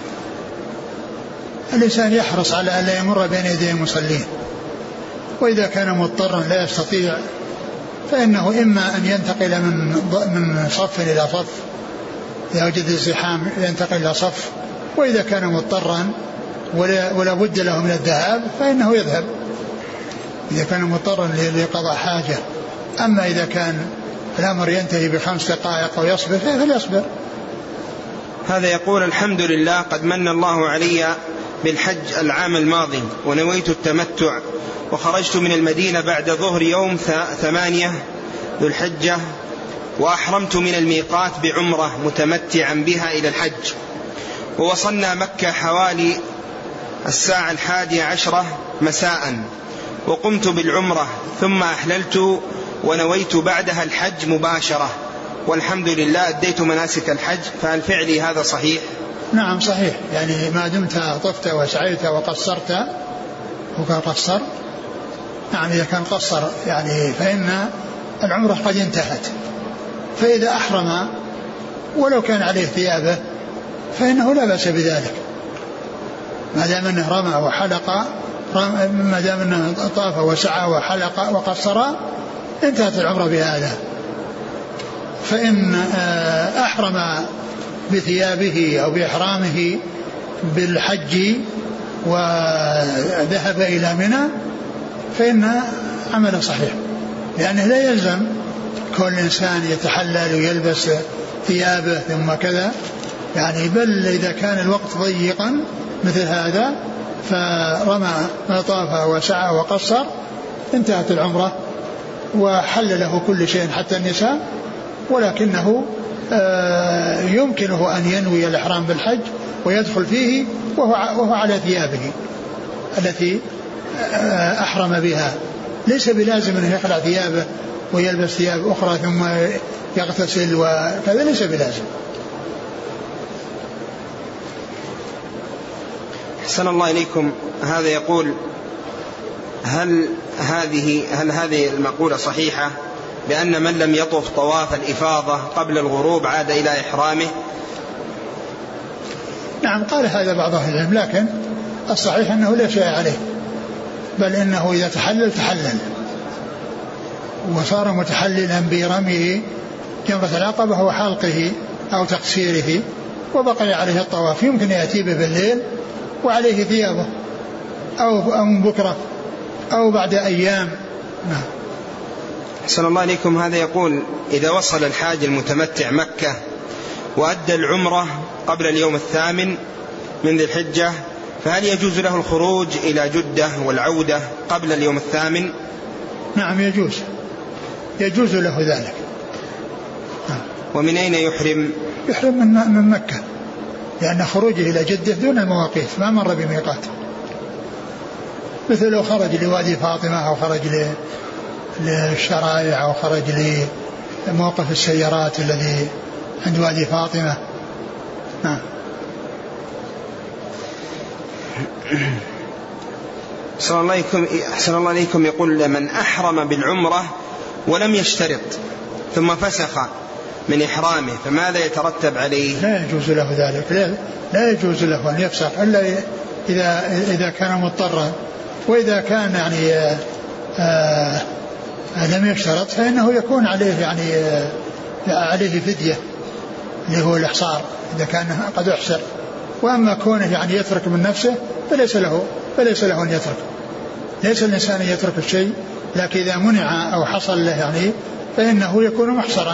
الإنسان يحرص على أن لا يمر بين يدي المصلين، وإذا كان مضطرا لا يستطيع فإنه إما أن ينتقل من من صف إلى صف، إذا وجد الزحام ينتقل إلى صف، وإذا كان مضطرا ولا, ولا بد له من الذهاب فإنه يذهب إذا كان مضطرا لقضاء حاجة. أما إذا كان الأمر ينتهي بخمس دقائق أو يصبر فليصبر. هذا يقول: الحمد لله، قد من الله علي بالحج العام الماضي ونويت التمتع، وخرجت من المدينة بعد ظهر يوم ثمانية ذو الحجة، وأحرمت من الميقات بعمرة متمتعا بها إلى الحج، ووصلنا مكة حوالي الساعة الحادية عشرة مساء، وقمت بالعمرة ثم أحللت ونويت بعدها الحج مباشرة، والحمد لله أديت مناسك الحج، فهل فعلي هذا صحيح؟ نعم صحيح، يعني ما دمت طفت وسعيت وقصرت وكان قصر، نعم إذا كان قصر يعني فإن العمرة قد انتهت. فإذا أحرم ولو كان عليه ثيابه فإنه لا بأس بذلك، ما دام أنه رمى وحلق، ما دام أنه طاف وسعى وحلق وقصر انتهت العمرة بهذا. فإن أحرم بثيابه أو بإحرامه بالحج وذهب إلى منى فإن عمله صحيح، لأنه لا يلزم كل إنسان يتحلل ويلبس ثيابه ثم كذا، يعني بل إذا كان الوقت ضيقا مثل هذا فرمى ما طاف وسعى وقصر انتهت العمرة وحل له كل شيء حتى النساء، ولكنه يمكنه أن ينوي الإحرام بالحج ويدخل فيه وهو على ثيابه التي أحرم بها، ليس بلازم أنه يخلع ثيابه ويلبس ثياب أخرى ثم يغتسل وكذا، ليس بلازم. أحسن الله إليكم. هذا يقول: هل هذه هل هذه المقولة صحيحة بأن من لم يطف طواف الإفاضة قبل الغروب عاد إلى إحرامه؟ نعم قال هذا بعض أهل العلم، لكن الصحيح أنه لا شيء عليه، بل إنه إذا تحلل تحلل وصار متحللا برميه جمرة العقبة وحلقه أو تقصيره وبقي عليه الطواف، يمكن يأتي به بالليل وعليه ثيابه أو أو بكرة أو بعد أيام. نعم. أحسن الله عليكم. هذا يقول: إذا وصل الحاج المتمتع مكة وأدى العمرة قبل اليوم الثامن من ذي الحجة، فهل يجوز له الخروج إلى جدة والعودة قبل اليوم الثامن؟ نعم يجوز، يجوز له ذلك. ومن أين يحرم؟ يحرم من, من مكة، لأن خروجه إلى جدة دون المواقيت ما مر بميقات، مثل لو خرج لوادي فاطمة أو خرج للشرائع أو خرج لموقف السيارات الذي عند وادي فاطمة. نعم. أحسن الله عليكم. أحسن الله عليكم. يقول: من أحرم بالعمرة ولم يشترط ثم فسخ من إحرامه فماذا يترتب عليه؟ لا يجوز له ذلك، لا, لا يجوز له أن يفسخ إلا إذا إذا كان مضطرا، وإذا كان يعني آآ آآ لم يشترط فإنه يكون عليه يعني عليه فدية اللي هو الإحصار إذا كان قد أحسر. وأما كونه يعني يترك من نفسه فليس له فليس له أن يترك، ليس الإنسان يترك الشيء، لكن إذا منع أو حصل له يعني فإنه يكون محصرا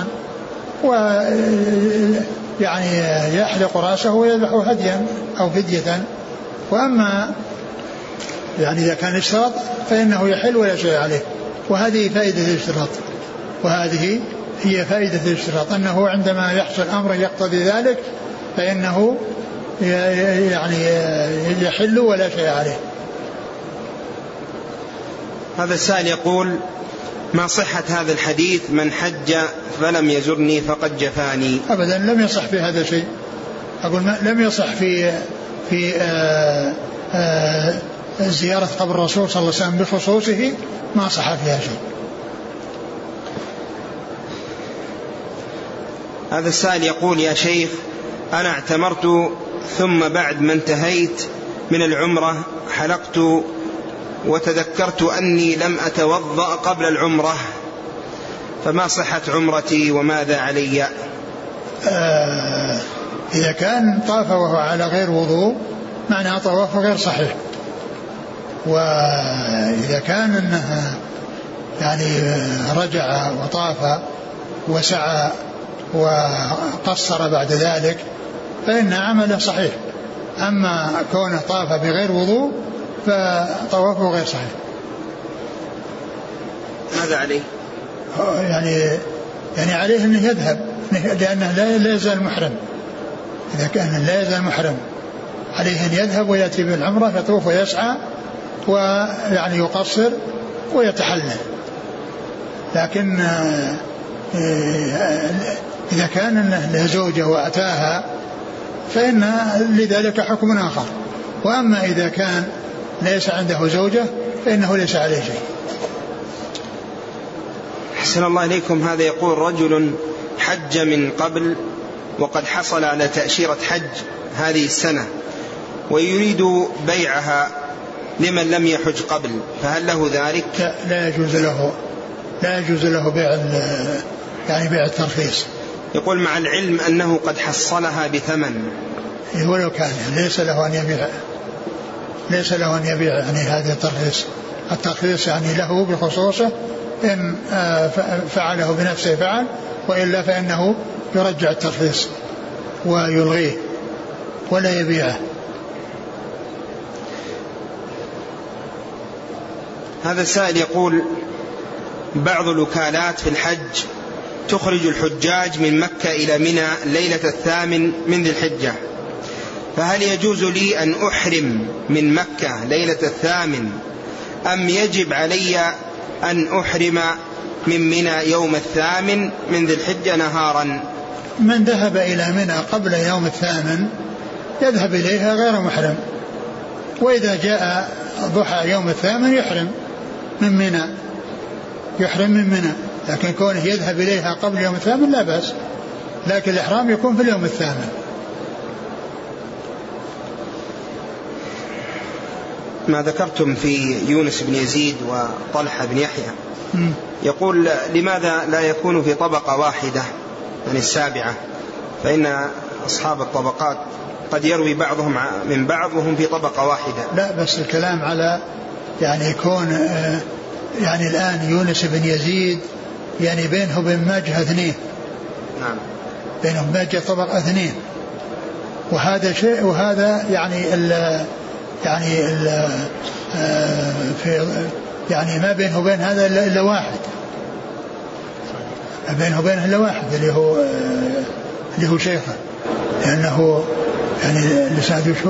ويعني يحلق رأسه ويذبح هديا أو فدية. وأما يعني إذا كان اشترط فإنه يحل ولا شيء عليه، وهذه فائدة الاشتراط، وهذه هي فائدة الاشتراط، أنه عندما يحصل أمر يقتضي ذلك فإنه يعني يحل ولا شيء عليه. هذا السائل يقول: ما صحة هذا الحديث من حج فلم يزرني فقد جفاني؟ أبدا لم يصح في هذا شيء. أقول لم يصح في في آآ آآ زيارة قبر الرسول صلى الله عليه وسلم بخصوصه، ما صح فيها شيء. هذا السائل يقول: يا شيخ، أنا اعتمرت ثم بعد ما انتهيت من العمرة حلقت وتذكرت أني لم أتوضأ قبل العمرة، فما صحة عمرتي وماذا علي؟ آه إذا كان طاف وهو على غير وضوء معناه طواف غير صحيح. وإذا كان أنه يعني رجع وطاف وسعى وقصر بعد ذلك فإن عمله صحيح. أما كونه طاف بغير وضوء فطوافه غير صحيح. ماذا عليه؟ يعني يعني عليه أنه يذهب، لأنه لا يزال محرم. إذا كان لا يزال محرم عليه أن يذهب ويأتي بالعمرة يطوف ويسعى ويعني يقصر ويتحلل. لكن إذا كان له زوجة وأتاها فإن لذلك حكم آخر. وأما إذا كان ليس عنده زوجة فإنه ليس عليه شيء. أحسن الله إليكم. هذا يقول: رجل حج من قبل وقد حصل على تأشيرة حج هذه السنة ويريد بيعها لمن لم يحج قبل، فهل له ذلك؟ لا, لا يجوز له لا يجوز له بيع يعني بيع الترخيص. يقول: مع العلم أنه قد حصلها بثمن. ولو كان ليس له أن يبيع ليس له أن يبيع يعني هذا الترخيص. الترخيص يعني له بخصوصه، إن فعله بنفسه فعل، وإلا فإنه يرجع الترخيص ويلغيه ولا يبيعه. هذا السائل يقول: بعض الوكالات في الحج تخرج الحجاج من مكة إلى منى ليلة الثامن من ذي الحجة، فهل يجوز لي أن أحرم من مكة ليلة الثامن أم يجب علي أن أحرم من منى يوم الثامن من ذي الحجة نهارا؟ من ذهب إلى منى قبل يوم الثامن يذهب إليها غير محرم، وإذا جاء ضحى يوم الثامن يحرم من منى يحرم من منى لكن كونه يذهب إليها قبل يوم الثامن لا بأس، لكن الإحرام يكون في اليوم الثامن. ما ذكرتم في يونس بن يزيد وطلحة بن يحيى، يقول: لماذا لا يكون في طبقة واحدة يعني السابعة؟ فإن أصحاب الطبقات قد يروي بعضهم من بعض وهم في طبقة واحدة. لا، بس الكلام على يعني يكون يعني الآن يونس بن يزيد يعني بينه وبين ماجه اثنين. نعم. بينه وبين ماجه طبقة اثنين، وهذا شيء وهذا يعني ال يعني ال في يعني ما بينه وبين هذا إلا واحد، ما بينه وبينه إلا واحد اللي هو اللي هو شيخه، لأنه يعني لسعد شو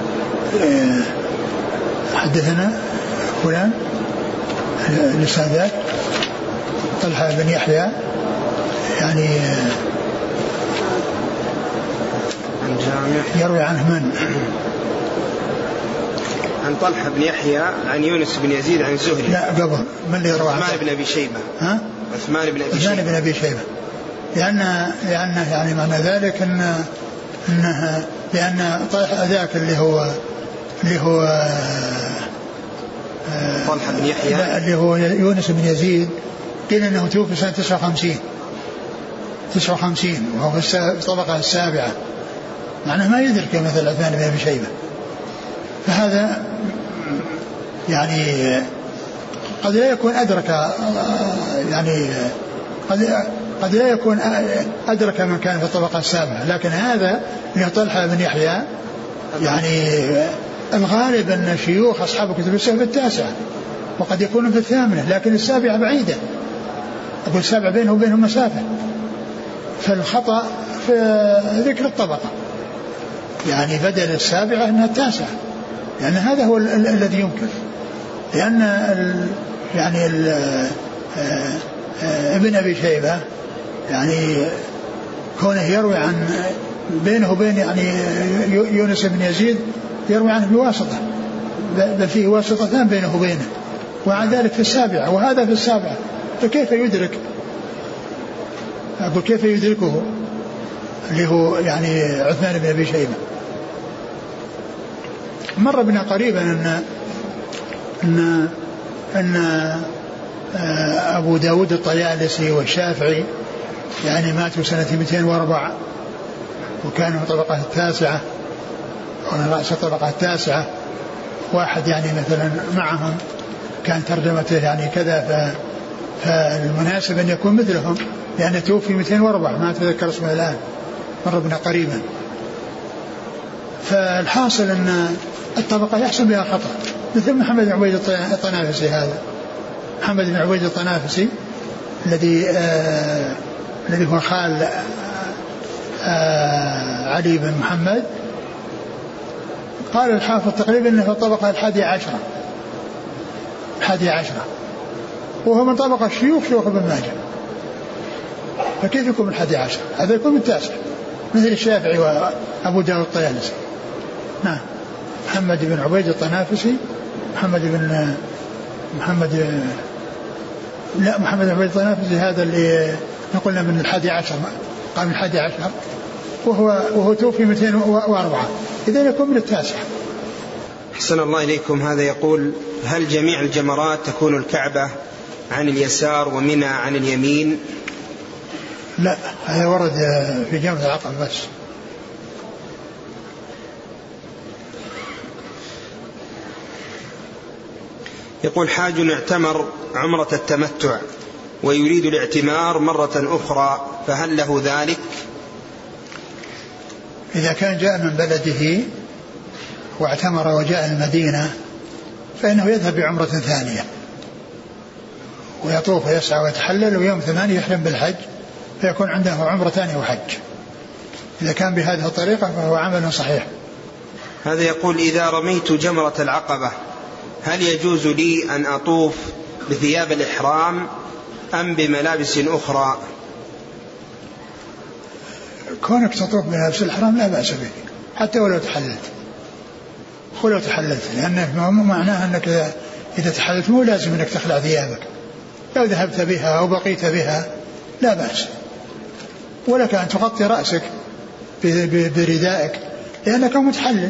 حدثنا فلان لسعدات طلحة بن يحيى يعني عن جامع يروي عنه من؟ عن طلحة بن يحيى عن يونس بن يزيد عن الزهري. لا قبل من اللي يروي عنه؟ عثمان بن أبي شيبة. ها؟ عثمان بن أبي شيبة. عثمان بن أبي شيبة. لأن لأنه يعني معنى ذلك أن أنه لأن طلحة ذاك اللي هو اللي هو طلحة بن يحيى اللي هو يونس بن يزيد قيل أنه توفي سنة تسعة وخمسين تسعة وخمسين وهو في الطبقة السابعة، معناه ما يدرك مثل عثمان بن أبي شيبة. فهذا يعني قد لا يكون أدرك يعني قد قد لا يكون أدرك من كان في الطبقة السابعة، لكن هذا اللي طلحة بن يحيى يعني الغالب أن شيوخ أصحاب الكتب الستة في التاسعة وقد يكونوا في الثامنة، لكن السابعة بعيدة، أقول السابعة بينه وبينهم مسافة، فالخطأ في ذكر الطبقة يعني بدل السابعة أنها التاسعة، لأن هذا هو ال- ال- الذي يمكن، لأن ال يعني ابن أبي شيبة يعني كونه يروي عن بينه وبين يعني يونس بن يزيد يروي عنه بواسطة، بل فيه واسطتان بينه وبينه، وعن ذلك في السابعة وهذا في السابعة، فكيف يدرك؟ أقول كيف يدركه اللي هو يعني عثمان بن أبي شيبة. مر بنا قريبا أن أن أن أبو داود الطيالسي والشافعي يعني ماتوا سنة مئتين وأربعة وكانوا في الطبقة التاسعة أو رأس الطبقة التاسعة، واحد يعني مثلا معهم كان ترجمته يعني كذا، فالمناسب أن يكون مثلهم لأنه توفي مئتين وأربعة ما أتذكر اسمه الآن، مر بنا قريبا. فالحاصل أن الطبقة يحصل بها خطأ، مثل محمد بن عبيد الطنافسي، هذا محمد بن عبيد الطنافسي الذي آه الذي هو خال آه علي بن محمد. قال الحافظ تقريبا انه في الطبقة الحادية عشرة الحادية عشرة وهو من طبقة الشيوخ شيوخ ابن ماجه، فكيف يكون الحادية عشرة؟ هذا يكون التاسع مثل الشافعي وأبو داود الطيالسي. نعم، محمد بن عبيد الطنافسي محمد بن محمد لا محمد بن عبيد الطنافسي هذا اللي نقولنا من الحادي عشر، قام من الحادي عشر وهو وهو توفي مئتين وأربعة، إذا يكون من التاسع. أحسن الله إليكم. هذا يقول: هل جميع الجمرات تكون الكعبة عن اليسار ومنى عن اليمين؟ لا، هذا ورد في جمرة العقبة بس. يقول: حاج اعتمر عمرة التمتع ويريد الاعتمار مرة أخرى، فهل له ذلك؟ إذا كان جاء من بلده واعتمر وجاء المدينة فإنه يذهب بعمرة ثانية ويطوف ويسعى ويتحلل، ويوم ثمانية يحرم بالحج فيكون عنده عمرة ثانية وحج. إذا كان بهذه الطريقة فهو عمل صحيح. هذا يقول: إذا رميت جمرة العقبة هل يجوز لي أن أطوف بثياب الإحرام أم بملابس أخرى؟ كونك تطوف بملابس الإحرام لا بأس به حتى ولو تحللت ولو تحللت لأنه معناه أنك إذا تحللت مو لازم أنك تخلع ثيابك، لو ذهبت بها أو بقيت بها لا بأس، ولك أن تغطي رأسك بردائك لأنك متحلل.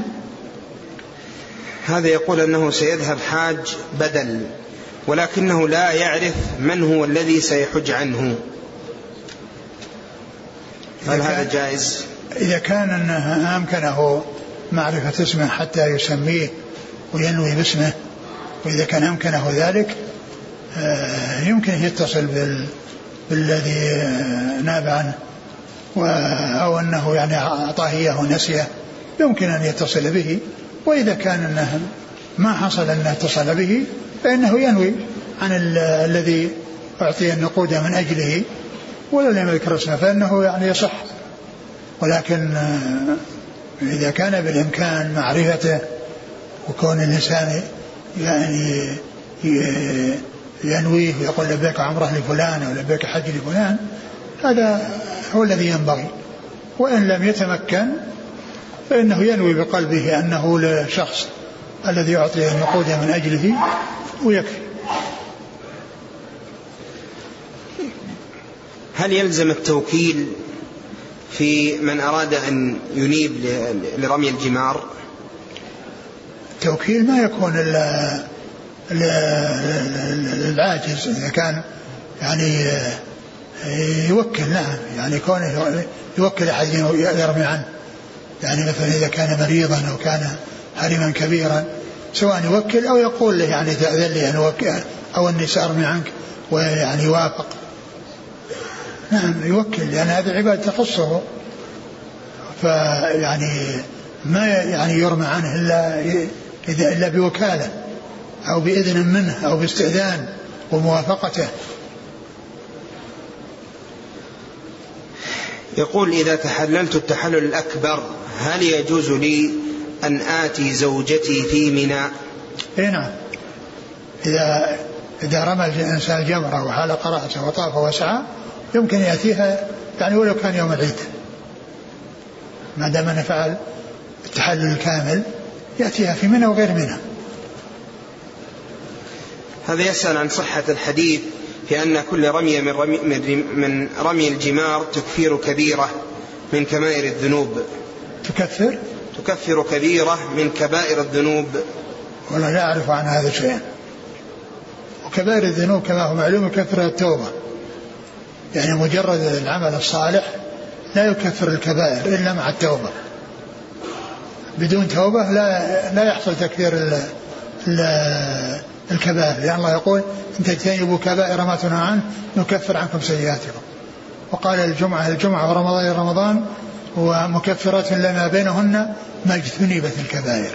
هذا يقول أنه سيذهب حاج بدل ولكنه لا يعرف من هو الذي سيحج عنه، هل هذا جائز؟ إذا كان أنه أمكنه معرفة اسمه حتى يسميه وينوي باسمه، وإذا كان أمكنه ذلك يمكن يتصل بال... بالذي ناب عنه، أو أنه يعني أعطاه إياه نسيه يمكن أن يتصل به. وإذا كان أنه ما حصل أن اتصل به فإنه ينوي عن ال... الذي أعطي النقود من أجله ولو لم يذكر اسمه فإنه يعني يصح. ولكن إذا كان بالإمكان معرفته وكون الإنسان يعني ينويه ويقول لبيك عمره لفلان أو لبيك حج لفلان، هذا هو الذي ينبغي. وإن لم يتمكن فإنه ينوي بقلبه أنه لشخص الذي يعطي النقود من أجله ويكفي. هل يلزم التوكيل في من أراد أن ينيب لرمي الجمار؟ التوكيل ما يكون إلا العاجز، إذا كان يعني يوكل. نعم، يعني كونه يوكل أحد يرمي عنه، يعني مثلا إذا كان مريضا أو كان هرما كبيرا سواء يوكل أو يقول له يعني تأذن لي أن أوكل أو أني سأرمي عنك ويعني يوافق. نعم يوكل لأن هذه عبادة تخصه، فيعني ما يعني يرمى عنه إلا إذا إلا بوكالة أو بإذن منه أو باستئذان وموافقته. يقول: إذا تحللت التحلل الأكبر هل يجوز لي أن آتي زوجتي في منى؟ إيه نعم، إذا إذا رمى الإنسان الجمرة وحلق رأسه وطاف وسعى يمكن يأتيها يعني ولو كان يوم العيد، ما دام أنه فعل التحلل الكامل يأتيها في منى وغير منى. هذا يسأل عن صحة الحديث في أن كل رمي من رمي, من رمي الجمار تكفير كبيرة من كبائر الذنوب. تكفر تكفر كبيرة من كبائر الذنوب. ولا لا أعرف عن هذا شيئا. وكبائر الذنوب كما هو معلوم يكفر التوبة، يعني مجرد العمل الصالح لا يكفر الكبائر إلا مع التوبة. بدون توبة لا لا يحصل تكفير ال ال الكبائر، لأن الله يقول إن تجتنبوا كبائر ما تنهى عنه نكفر عنكم سيئاتكم. وقال الجمعة الجمعة ورمضان رمضان ومكفرات لما بينهن ما اجتنبت الكبائر.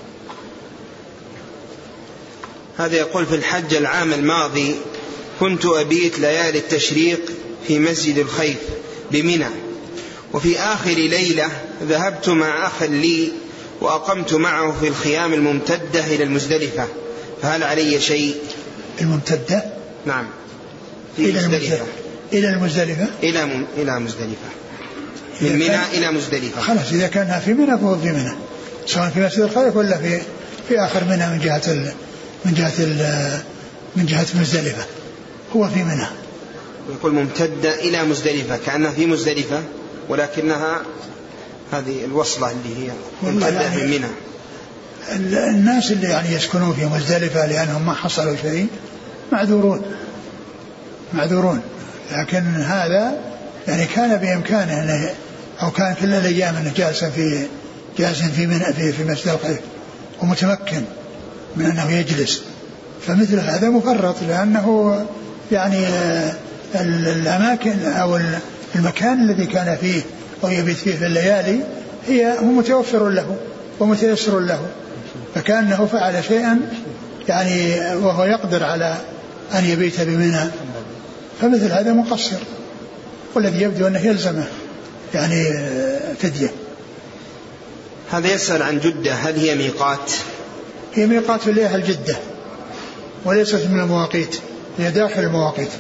هذا يقول في الحج العام الماضي كنت أبيت ليالي التشريق في مسجد الخيف بمنى، وفي آخر ليلة ذهبت مع أخ لي وأقمت معه في الخيام الممتدة إلى المزدلفة، فهل علي شيء؟ الممتدة؟ نعم، في إلى مزدلفة. إلى المزدلفة إلى م... إلى مزدلفة، من منى إلى مزدلفة. خلاص إذا كان في منى فهو في منى، سواء في مسجد الخيف ولا في في آخر منى من جهة ال... من جهة ال... من جهة مزدلفة، هو في منى. يقول ممتدة إلى مزدلفة كأنها في مزدلفة، ولكنها هذه الوصلة اللي هي ممتدة يعني من منى. الناس اللي يعني يسكنون في مزدلفة لأنهم ما حصلوا شيء معذورون معذورون، لكن هذا يعني كان بإمكانه أنه أو كان كل الأيام أنه جالسا في جالسا في من في في مسجد الخيف ومتمكن من أنه يجلس، فمثل هذا مفرط، لأنه يعني الأماكن أو المكان الذي كان فيه أو يبيت فيه في الليالي هي هو متوفر له ومتيسر له، فكأنه فعل شيئا يعني وهو يقدر على أن يبيت بمنى، فمثل هذا مقصر، والذي يبدو أنه يلزمه يعني فدية. هذا يسأل عن جدة، هل هي ميقات؟ هي ميقات لأهل جدة وليست من المواقيت، هي داخل المواقيت.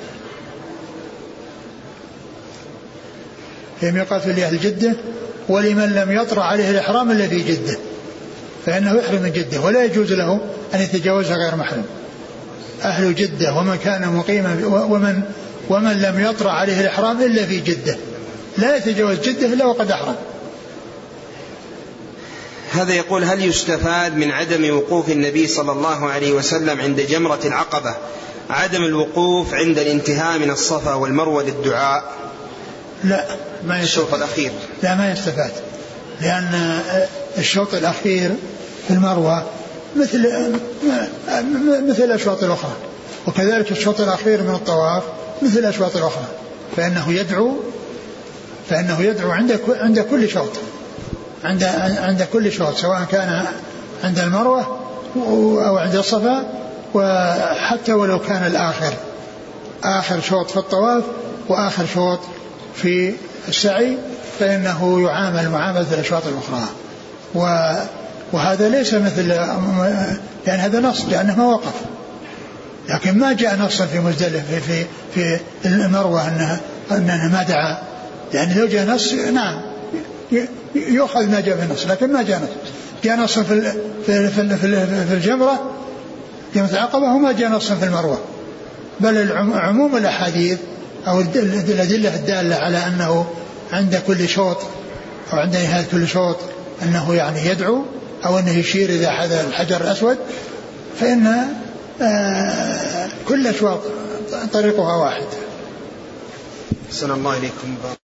هي ميقات لأهل جدة، ولمن لم يطرأ عليه الإحرام إلا في جدة فإنه يحرم من جدة، ولا يجوز له أن يتجاوزها غير محرم. أهل جدة ومن كان مقيما ومن ومن لم يطرأ عليه الإحرام إلا في جدة لا يتجاوز جدة إلا وقد أحرم. هذا يقول هل يستفاد من عدم وقوف النبي صلى الله عليه وسلم عند جمرة العقبة عدم الوقوف عند الانتهاء من الصفا والمروة للدعاء؟ لا، ما الشوط الأخير لا ما يستفاد، لأن الشوط الأخير في المروة مثل مثل الأشواط الأخرى، وكذلك الشوط الأخير من الطواف مثل الأشواط الأخرى، فإنه يدعو فإنه يدعو عند عند كل شوط عند عند كل شوط، سواء كان عند المروة أو عند الصفا، وحتى ولو كان الآخر آخر شوط في الطواف وآخر شوط في السعي فإنه يعامل معاملة الأشواط الأخرى. وهذا ليس مثل يعني هذا نص لأنه ما وقف، لكن ما جاء نصا في مزدلفة في في المروة أنه أنه ما دعا، يعني لو جاء نص نعم يؤخذ ما جاء في النص، لكن ما جاء نص. جاء نص في في في, في الجمرة جمرة العقبة وما جاء نص في المروة، بل عموم الأحاديث أو الأدلة الدالة على أنه عند كل شوط أو عند نهاية كل شوط أنه يعني يدعو أو أنه يشير إذا حذا الحجر الأسود، فإن كل شوط طريقها واحد. أحسن الله إليكم.